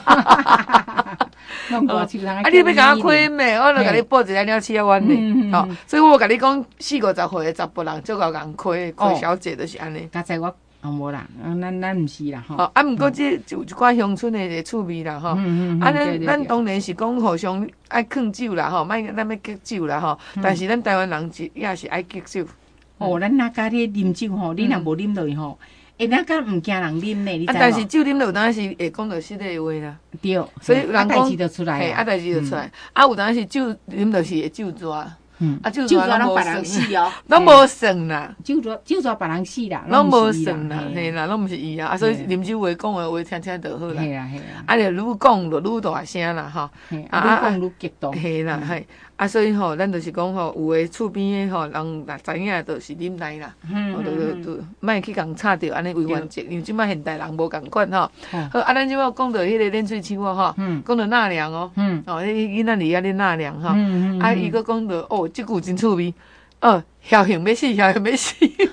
弄大树人啊，你要甲我亏咩？我著甲你报一个了七万呢。吼，所以我甲你讲，四五十岁的查甫人，足够人亏，亏小姐就是安尼。 刚才我。哦，无啦，咱咱毋是啦吼。 哦，啊，毋过即就一寡乡村的个趣味啦吼。嗯嗯啊，咱咱当然是讲互相爱劝酒啦吼，莫咱要激酒啦吼。但是咱台湾人是也是爱激酒。 哦，咱若家咧啉酒吼，你若无啉落去吼，会哪敢毋惊人啉呢？你知无？ 啊，但是酒啉落有当时会讲到实个话啦。 对， 所以人讲代志就出来。 嘿，啊，代志就出来。啊，有当时酒啉落是会酒抓。嗯，啊，酒抓拢别人死哦， 拢无算啦， 酒抓酒抓别人死啦， 拢无算啦，嘿啦，拢毋是伊啊，啊，所以啉酒话讲的话听听就好啦， 嘿啦嘿啦， 啊，就愈讲就愈大声啦，吼， 啊啊，愈讲愈激动， 嘿啦嘿，啊，所以吼，咱就是讲吼，有诶厝边诶吼，人若知影就是啉来啦，嗯，就就莫去共吵着安尼为原则，因为即摆现代人无共款吼，好，啊，咱即摆讲到迄个冷水手啊吼，讲到纳凉哦，嗯，哦，迄囡仔伫遐咧纳凉吼，啊，伊佫讲到哦。即句真趣味， 哦，侥幸要死，侥幸要死。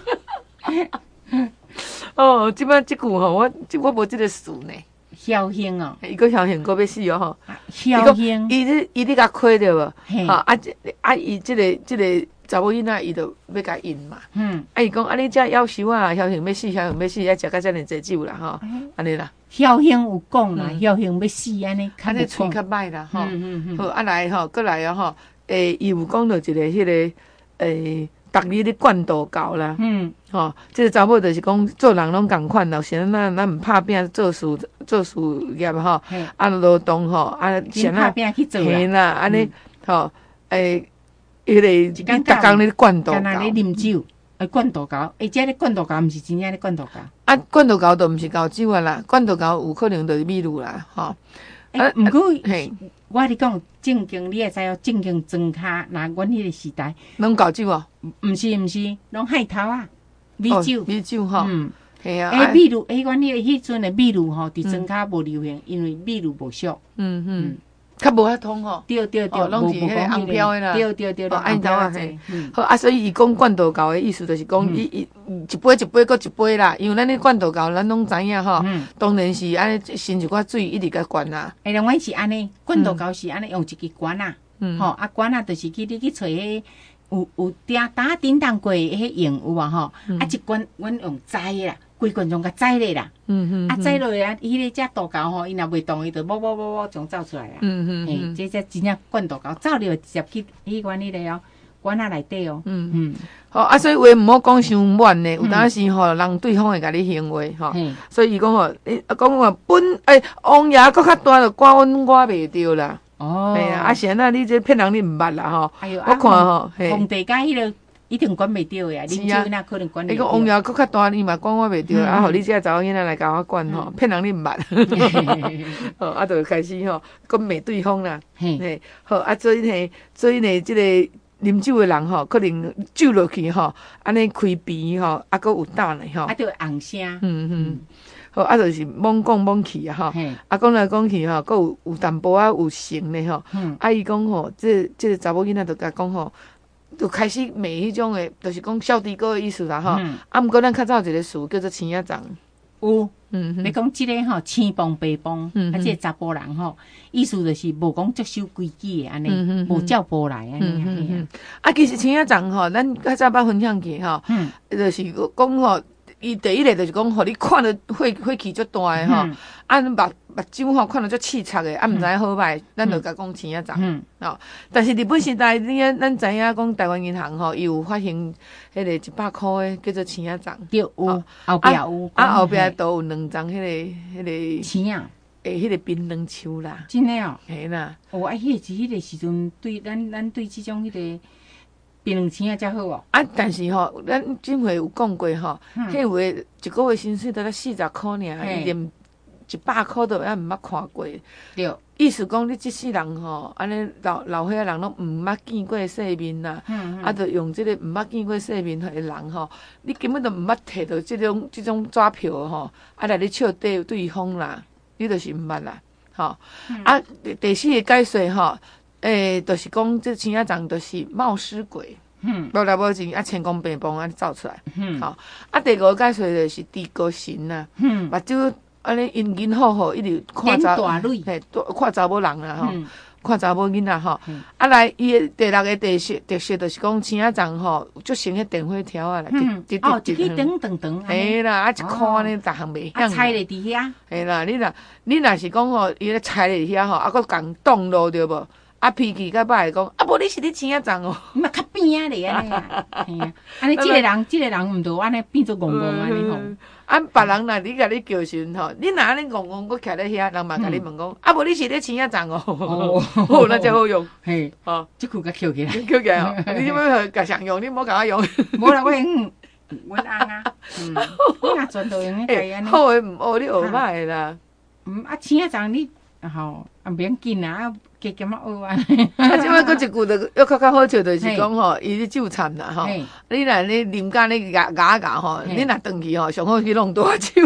哦，即摆即句吼，我我无即个词呢。 侥幸哦， 伊个侥幸个要死哦吼。 侥幸， 伊咧伊咧甲亏着无？吼啊啊！伊即个即个查某囡仔，伊就要甲因嘛。嗯。啊，伊讲安尼遮夭寿啊，侥幸要死，侥幸要死，爱食甲遮尔济酒啦吼，安尼啦。 侥幸有讲啦，侥幸要死安尼， 安尼喙较歹啦吼。嗯嗯好，啊来吼，过来哦吼，诶，伊有讲到一个迄个诶。逐日咧灌豆糕啦，嗯，吼、哦，即、这个查某就是讲做人拢共款啦，先咱咱毋拍拼做事做事业吼，啊劳动吼，啊先拍拼去做啦， 啦，安尼吼，诶，迄个你逐工咧灌豆糕， 干那咧啉酒，诶灌豆糕，诶，这咧灌豆糕毋是真正咧灌豆糕， 啊灌豆糕都毋是高酒啊啦，灌豆糕有可能就是米露啦，吼、 哦，啊，毋过嘿。我你讲正经，你会知哦，正经庄卡，那阮迄个时代， 拢搞酒哦， 毋是毋是，拢海头啊，米酒， 米酒吼，嗯， 系啊，诶，米露，诶，阮迄个迄阵的米露吼，伫庄卡无流行，因为米露无俗， 嗯嗯，较无遐通吼， 对对对， 拢是迄个红飘的啦， 对对对， 红飘啊，嘿，好啊，所以伊讲灌豆糕的意思就是讲，伊伊一杯一杯搁一杯啦，因为咱咧灌豆糕，咱拢知影吼，当然是安尼先一寡水一直甲灌啦。 诶，另外是安尼，灌豆糕是安尼用一支管啊，吼啊管啊，就是去你去找迄有有鼎打叮当过迄用有啊吼，啊一罐阮用栽啦。规罐种甲摘咧啦，嗯嗯，啊摘落来啊，迄个只豆糕吼，伊若袂动，伊就摸摸摸摸种走出来啊，嗯嗯，嘿，这只真正灌豆糕，走了直接去迄款迄个哦，管仔内底哦，嗯嗯， 好啊，所以话毋好讲伤满呢，有当时吼人对方会甲你行为吼，所以伊讲吼，诶，讲话本诶王爷搁较大，就挂阮我袂着啦，哦，系啊，啊先啊，你这骗人你毋捌啦吼，我看吼， 皇帝甲迄个。一定管袂着呀，啉酒那可能管袂着。 伊讲王爷搁较大，伊嘛管我袂着，啊，互你这查某囡仔来甲我管吼，骗人你毋捌，吼，啊，就开始吼，讲骂对方啦，嘿，好，啊，所以呢，所以呢，即个啉酒的人吼，可能酒落去吼，安尼开鼻吼，啊，搁有胆呢吼， 啊，就红声， 嗯嗯，好，啊，就是猛讲猛去啊，吼，啊，讲来讲去吼，搁有有淡薄仔有成呢吼，啊，伊讲吼，即即个查某囡仔就甲讲吼。就开始骂迄种诶，就是讲小弟哥诶意思啦吼。啊，毋过咱较早有一个词叫做青仔粽。 有，嗯，你讲即个吼，青帮白帮，啊，即个查甫人吼，意思就是无讲足守规矩诶安尼，无照步来安尼。 啊，其实青仔粽吼，咱较早捌分享过吼，就是讲吼。伊第一个就是讲，互你看着火火气足大诶吼，啊目目睭吼看着足刺激诶，啊毋知好歹，咱就甲讲青仔粽哦。但是日本时代，你啊，咱知影讲台湾银行吼，伊有发行迄个一百箍诶，叫做青仔粽。 对，有后壁有， 啊后壁都有两张迄个迄个青仔诶，迄个槟榔树啦。 真诶哦。 嘿啦。 哦，啊，迄个是迄个时阵对咱咱对即种迄个。槟榔青啊，才好哦。 啊，但是吼，咱前回有讲过吼，迄回一个月薪水得才四十箍尔，伊连一百箍都还毋捌看过。 对， 意思讲你即世人吼，安尼老老岁仔人拢毋捌见过世面啦，啊，着用即个毋捌见过世面诶人吼，你根本都毋捌摕到即种即种纸票吼，啊来你笑对对方啦，你着是毋捌啦，吼。啊，第四个解说吼。诶，就是讲，这青仔粽就是冒失鬼，无来无钱啊，千公百帮安尼走出来，吼。啊，第五个解说就是地高神呐，目睭安尼阴阴好好，一直看查，嘿，看查某人啦吼，看查某囡仔吼。啊，来伊诶第六个特色特色就是讲青仔粽吼，足成迄电火条啊， 哦，一支长长长， 嘿啦，啊一看呢，逐项袂响。啊，踩咧伫遐。 嘿啦，你若你若是讲吼，伊咧踩咧遐吼，啊，佫共挡路着无？啊，脾气较歹讲，啊，无你是咧青仔粽哦， 嘛较变啊咧安尼啊，嘿啊，安尼即个人，即个人毋着安尼变做戆戆安尼吼。 啊，别人若你甲你叫时吼，你若安尼戆戆，佫徛咧遐，人嘛甲你问讲，啊，无你是咧青仔粽哦，哦，那才好用， 嘿，哦，即句甲捡起来， 捡起来哦，你要甲常用，你莫甲我用， 无啦，我用阮翁啊，嗯，你若全都用迄个安尼， 好诶，毋好你学歹诶啦， 嗯，啊，青仔粽你吼，啊，免要紧啊。加减啊学安尼，啊，即摆佫一句就又较较好笑，就是讲吼，伊咧酒掺啦吼，你若咧啉甲咧牙牙牙吼，你若转去吼，上好去弄大酒。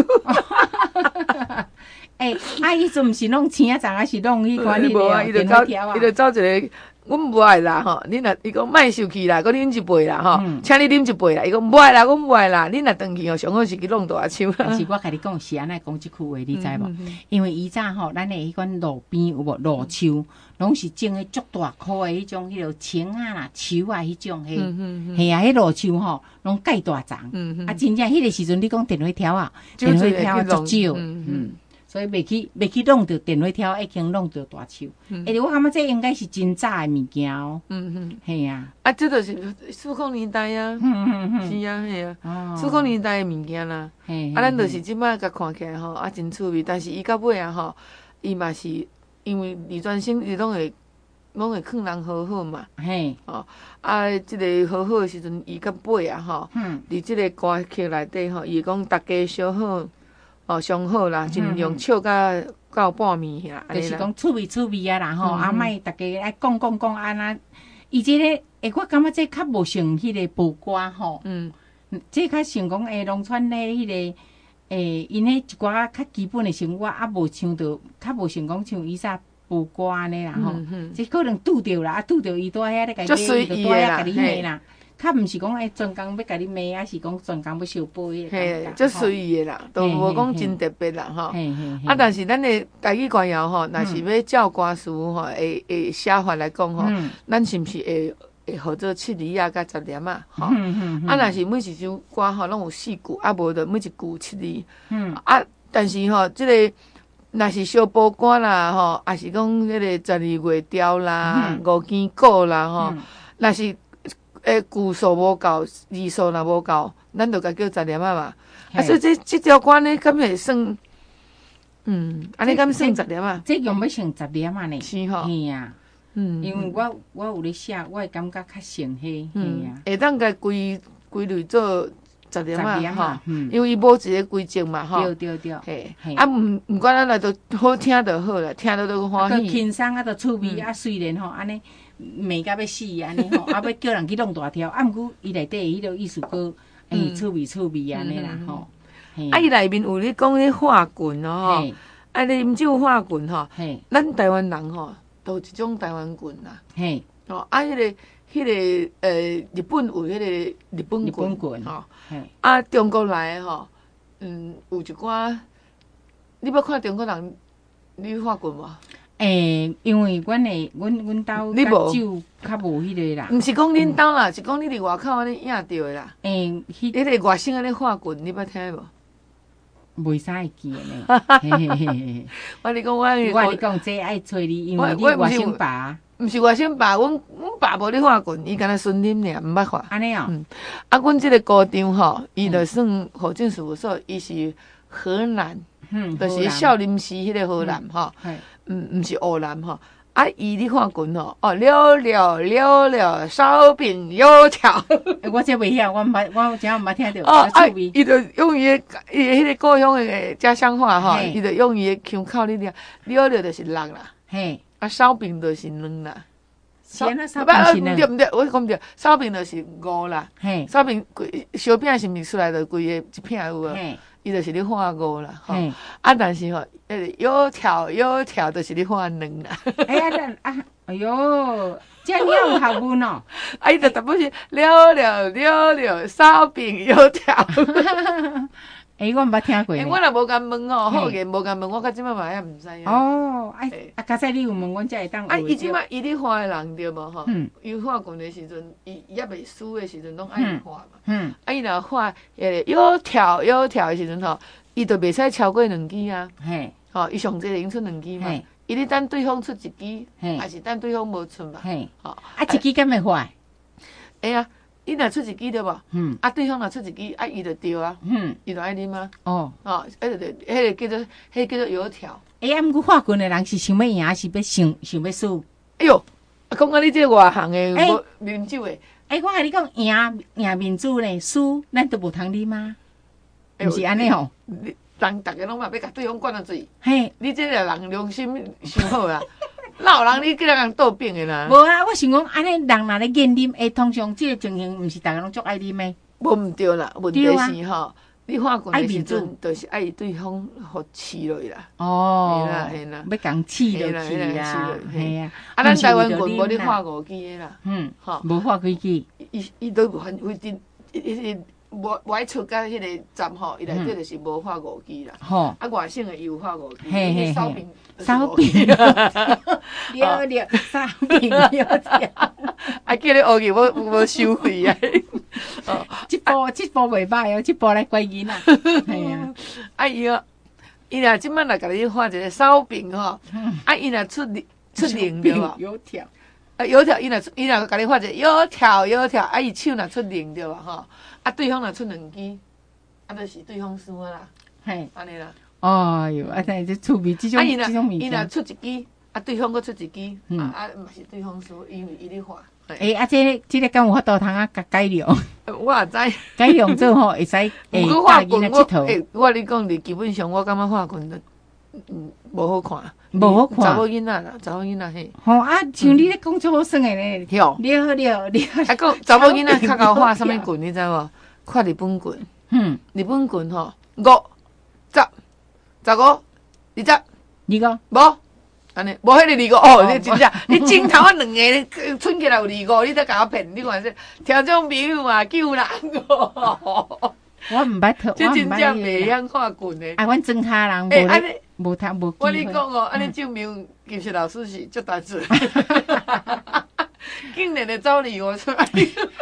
诶，啊，伊阵毋是弄青仔粽，还是弄迄款迄个电火条啊？ 伊就走一个阮无爱啦吼，恁若伊讲莫生气啦，搁啉一杯啦吼，请你啉一杯啦。伊讲无爱啦，阮无爱啦，恁若转去吼，上好是去弄大树。 但是我甲你讲是安尼讲即句话，你知无？因为以前吼，咱的迄款路边有无路树，拢是种诶足大棵诶迄种迄落青啊啦、树啊迄种嘿，嘿啊，迄路树吼，拢介大丛。啊，真正迄个时阵，你讲电话条啊，电话条足少，嗯。所以袂去袂去弄着电话条，已经弄着大树。而且我感觉这应该是真早的物件哦。嗯嗯，系啊。 啊，这就是四零年代啊。嗯嗯嗯。是啊，系啊。哦。四零年代的物件啦。嘿。啊，咱就是即摆甲看起来吼，啊真趣味。但是伊到尾啊吼，伊嘛是因为李专心，伊拢会拢会劝人好好嘛。嘿。哦。啊，即个好好的时阵，伊到尾啊吼。嗯。伫即个歌曲内底吼，伊讲大家小好。哦，上好啦，尽量笑到到半暝遐， 就是讲趣味趣味啊啦吼，啊莫大家爱讲讲讲安那，伊即个诶，我感觉这较无像迄个报歌吼，嗯，这较像讲诶农村咧迄个诶，因迄一寡较基本诶生活啊，无像着较无像讲像以前报歌安尼啦吼，这可能拄着啦，啊拄着伊拄遐咧，家己伊就拄遐家己骂啦。较毋是讲诶，专工要甲你骂，还是讲专工要相背诶。 嘿，足随意诶啦，都无讲真特别啦吼。啊，但是咱诶家己歌谣吼，若是要照歌词吼，诶诶写法来讲吼，咱是毋是会会号做七字啊，甲十连啊？吼。啊，若是每一首歌吼，拢有四句，啊无着每一句七字。嗯。啊，但是吼，即个若是小报歌啦吼，也是讲迄个十二月调啦、五更鼓啦吼，若是。诶，句数无够，字数若无够，咱就甲叫十连啊嘛。啊，所以这这条歌呢，敢会算？嗯，安尼敢算十连啊？ 这用要算十连啊呢？ 是吼。 嘿啊，嗯，因为我我有咧写，我会感觉较像迄，嘿啊。 会当甲归归类做十连啊吼，因为伊无一个规则嘛吼。 对对对。 嘿，啊，毋毋管咱来都好听就好啦，听到都欢喜。 轻松啊，都趣味啊，虽然吼安尼。骂甲要死安尼吼，啊要叫人去弄大条，啊毋过伊内底迄个意思个，诶趣味趣味安尼啦吼。 啊伊内面有咧讲咧化棍哦吼，啊啉酒化棍吼，咱台湾人吼都有一种台湾棍啦。嘿，哦啊迄个迄个呃日本有迄个日本棍吼，啊中国来诶吼，嗯有一寡，你捌看中国人你化棍无？ 诶，因为阮诶，阮阮兜甲酒较无迄个啦。 毋是讲恁兜啦，是讲你伫外口安尼影着诶啦。诶，迄迄个外省安尼画棍，你捌听无？ 袂使会记诶呢。 我你讲我， 我你讲这爱找你，因为你外省爸。 毋是外省爸，阮阮爸无咧画棍，伊敢若孙啉尔，毋捌画。 安尼哦。 嗯。啊，阮即个高中吼，伊就算河静事务所，伊是河南，嗯，就是少林寺迄个河南吼。嗯，毋是湖南吼，啊，伊咧看棍吼，哦，了了了了，烧饼油条。 我这袂晓，我毋捌，我真毋捌听着。 哦，啊，伊就用伊个伊迄个故乡的家乡话吼，伊就用伊个腔口咧听，了了就是六啦，嘿，啊，烧饼就是两啦。 是安那烧饼是两？ 对毋对？我讲毋对，烧饼就是五啦，嘿，烧饼规烧饼是毋是出来就规个一片有无？伊就是咧画五啦，吼，啊，但是吼，诶，油条油条就是咧画两啦。 哎呀，啊，哎哟，这样有学问哦。 啊，伊就特别是了了了了烧饼油条。 诶，我毋捌听过。 诶，我若无敢问吼，好个无敢问，我到即摆嘛还毋知影。 哦，哎，啊，较早你有问，阮才会当。 啊，伊即摆伊咧画诶人对无吼？嗯。伊画棍诶时阵，伊抑未输诶时阵，拢爱画嘛。嗯。啊，伊若画诶油条油条诶时阵吼，伊就袂使超过两支啊。嘿。吼，伊上济能出两支嘛。嘿。伊咧等对方出一支，还是等对方无出嘛？嘿。吼， 啊，一支敢会画？ 哎呀。伊若出一支对无？嗯，啊，对方若出一支，啊，伊就对啊，嗯，伊就爱啉啊。哦，哦，迄个，迄个叫做，迄叫做油条。 哎呀，毋过画棍的人是想要赢，还是要想想要输？ 哎哟，讲到你这外行的无啉酒的， 哎，我甲你讲，赢赢面子呢，输咱都无通啉吗？毋是安尼吼？ 人逐个拢嘛要甲对方灌到醉。嘿，你这个人良心伤好啦。哪有人你叫人倒饼的啦？ 无啊，我想讲，安尼人若咧瘾啉，诶，通常即个情形，毋是逐个拢足爱啉的。 无毋对啦，问题是吼， 你画棍的时阵，就是爱对方互刺落啦。 哦， 嘿啦嘿啦， 要共刺落去啦，嘿啊。 啊，咱台湾棍无咧画五支的啦。 嗯，吼，无画几支。 伊伊都反反正伊是无无爱出到迄个站吼，伊内底就是无画五支啦。吼，啊，外省的伊有画五支， 嘿嘿烧饼。 烧饼，了了，烧饼了了。 啊，叫你学去，我无收费啊。 哦，这波这波袂歹哦，这波来怪囡仔。系啊， 啊伊哦，伊若即摆来甲你画一个烧饼吼，啊伊若出出零对无？ 油条。 啊油条，伊若伊若甲你画一个油条油条，啊伊手若出零对无吼？啊对方若出两支，啊就是对方输啊啦。嘿，安尼啦。 哦哟，啊！但是趣味这种这种物件， 伊若出一支，啊，对方搁出一支，啊啊，嘛是对方输，因为伊咧画。 诶，啊，这个这个敢有法度通啊改改良？ 我也知， 改良做吼会使诶， 画棍我诶，我你讲，你基本上我感觉画棍，嗯，无好看， 无好看。 查某囡仔啦，查某囡仔嘿。 吼啊，像你咧讲做好耍诶咧， 了了了了。 啊，讲查某囡仔较够画啥物棍，你知无？看日本棍，嗯，日本棍吼，五、十。十五、二十，二五， 无，安尼，无迄个二五哦，你真正，你镜头啊两个剩起来有二五，你才甲我骗，你看说，听众朋友嘛救人哦。 我毋捌套， 这真正袂晓看棍的。 啊，阮庄下人无安尼， 无读无。 我你讲哦，安尼证明其实老师是足单纯，竟然会走二五出来。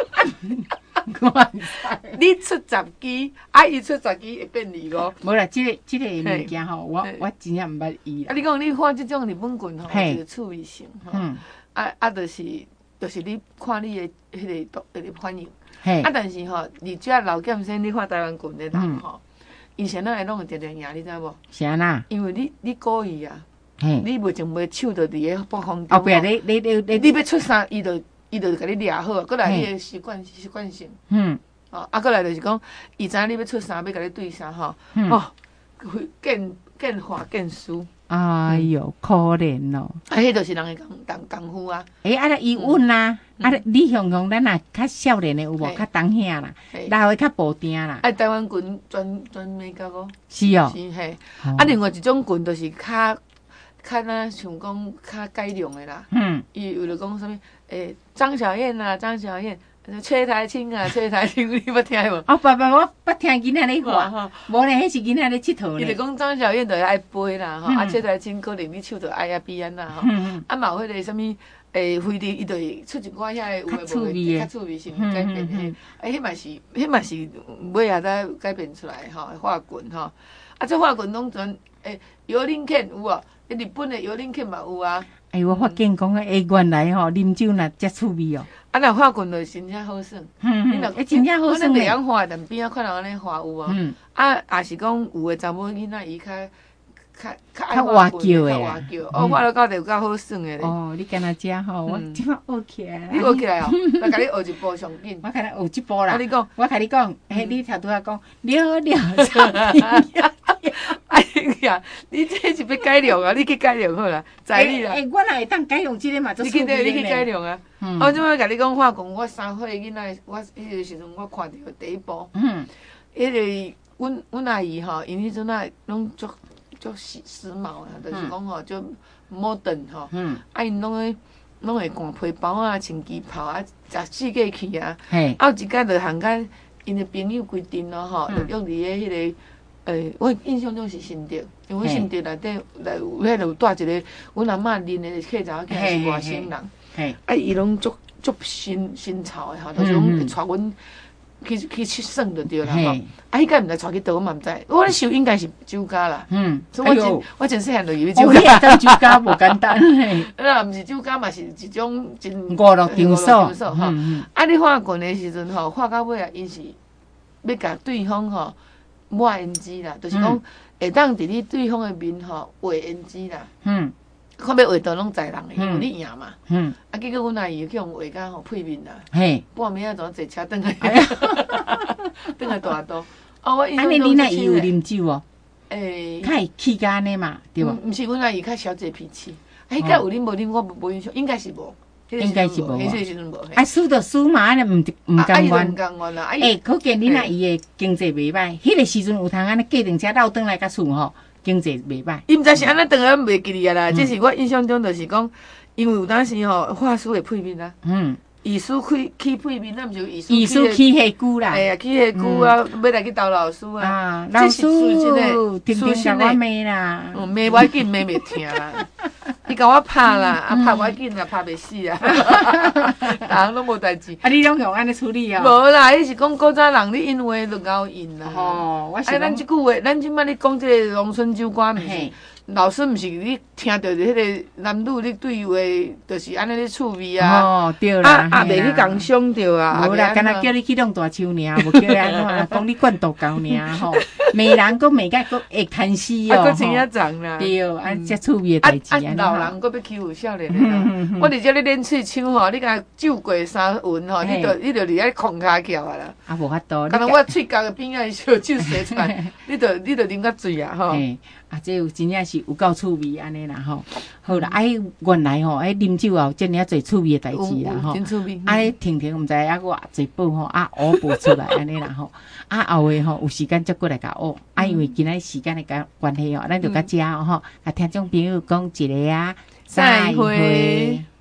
你出十支，啊，伊出十支会变二五。 无啦，即个即个物件吼，我我真正毋捌伊。 啊，你讲你看即种日本棍吼，有趣味性吼，啊啊，就是就是你看你的迄个读迄个反应。啊，但是吼，而遮老剑先你看台湾棍的人吼，以前咱会拢会直直赢，你知无？ 是安那？ 因为你你故意啊，你袂情袂手就伫个北方。 后壁你你你你你要出啥，伊就。伊就甲你掠好，过来你个习惯习惯性，嗯，哦，啊，过来就是讲，伊知影你要出啥，要甲你对啥吼，哦，见见花见输。 哎哟，可怜咯！ 啊，迄就是人的功功功夫啊。 诶，啊，伊稳啦，啊，你想想咱若较少年的有无？较当下啦，老的较保定啦。 啊，台湾棍专专美甲我。 是哦。 是嘿。啊，另外一种棍就是较。较呐，像讲较改良的啦，嗯，伊有着讲啥物？诶，张小燕呐，张小燕，崔台青啊，崔台青，你捌听无？ 哦，爸爸，我捌听囡仔咧话，无咧，迄是囡仔咧佚佗咧。 伊就讲张小燕着爱飞啦，吼，啊，崔台青可能你手着爱啊变安啦，吼，啊，嘛有迄个啥物？诶，飞碟伊就会出一寡遐个有诶无诶，较趣味性改变诶，诶，迄嘛是，迄嘛是尾啊才改变出来吼，画棍吼，啊，这画棍拢全诶，摇铃片有无？日本的摇铃片嘛有啊。 哎，我发现讲诶，原来吼啉酒若遮趣味哦。 啊，若画棍就真正好耍。 嗯嗯。诶，真正好耍咧。 我咱袂晓画，但边仔看人安尼画有无？嗯。啊，也是讲有诶查某囡仔伊较较较爱画棍，较活叫。哦，画了到就较好耍诶咧。 哦，你干那遮吼？我即摆学起来。 你学起来哦？我甲你学一步上紧。 我甲你学一步啦。 啊，你讲， 我甲你讲，诶，你头拄仔讲了了差。 哎呀，你这是要改良啊！你去改良好啦，在你啦。 诶，我若会当改良即个嘛， 你去对，你去改良啊！我即摆甲你讲画棍，我三岁囡仔，我迄个时阵我看到第一部，嗯，迄个阮阮阿姨吼，因迄阵啊拢足足时时髦啊，就是讲吼足 modern 吼，嗯，啊因拢会拢会换皮包啊，穿旗袍啊，食四界去啊，嘿，啊有一摆就行甲因的朋友规定咯吼，就约伫咧迄个。诶，我印象中是新竹，因为我新竹内底来有迄落有带一个阮阿嬷认的客查某囝是外省人，啊，伊拢足足新新潮的吼，就是讲会带阮去去去耍就对啦吼。啊，迄个毋知带去倒，我嘛毋知。我咧想应该是酒家啦，嗯，所以我真我真细汉就以为酒家。 当酒家无简单。 啊，毋是酒家嘛，是一种真娱乐场所吼。啊，你画棍的时阵吼，画到尾啊，伊是要甲对方吼。抹胭脂啦，就是讲会当伫你对方的面吼画胭脂啦。嗯，看要画到拢在人的，因为你赢嘛。嗯，啊，结果阮阿姨去用画甲吼配面啦。嘿，半暝仔怎坐车转来，转来大肚。哦，我印象中是。安尼你阿姨有啉酒哦？ 诶， 较会气甲安尼嘛，对无？ 毋是，阮阿姨较少坐脾气。迄个有啉无啉，我无印象，应该是无。 应该是无。 迄个时阵无。 啊，输就输嘛，安尼毋毋甘愿。 唔甘愿啦。 诶，可见你若伊诶经济袂歹，迄个时阵有通安尼计程车绕转来甲厝吼，经济袂歹。 伊毋知是安怎转来袂记哩啊啦，这是我印象中就是讲，因为有当时吼画书会配面啊。嗯。艺术起起配面，咱毋是艺术。 艺术起迄句啦。 哎呀，起迄句啊，要来去斗老师啊。 啊，老师，听听甲我骂啦。 嗯，骂我紧，骂袂听啦。伊甲我拍啦，啊拍我紧啦，拍袂死啊。人拢无代志。 啊，你拢用安尼处理啊？ 无啦，伊是讲古早人咧印话就搞印啦。 哦，我是。 哎，咱即句话，咱即摆咧讲即个农村酒歌，毋是。老师毋是你听到迄个男女咧对话，就是安尼咧趣味啊。 哦，对啦。 啊，也袂去共伤着啊。 无啦，干那叫你去弄大树尔，无叫你安怎？讲你灌毒狗尔吼，骂人佫骂甲佫会贪死哦。 啊，佫真啊脏啦。 对，啊，遮趣味诶代志啊。老人佫要欺负少年诶。我伫遮咧练喙唱吼，你甲酒过三温吼，你着你着伫遐空骹叫啊啦。 啊，无法度。 敢若我喙角边仔烧酒洗出来，你着你着啉甲醉啊吼。 啊，这有真正是有够趣味安尼啦吼。好啦，啊，原来吼，哎，啉酒后，遮尔侪趣味诶代志啦吼。 真趣味。 啊，婷婷毋知啊，我侪报吼，啊，学报出来安尼啦吼。啊，后诶吼，有時間則過來甲學。啊，因為今仔時間誒關係哦，咱就甲遮吼，甲聽眾朋友講一個啊， 再會。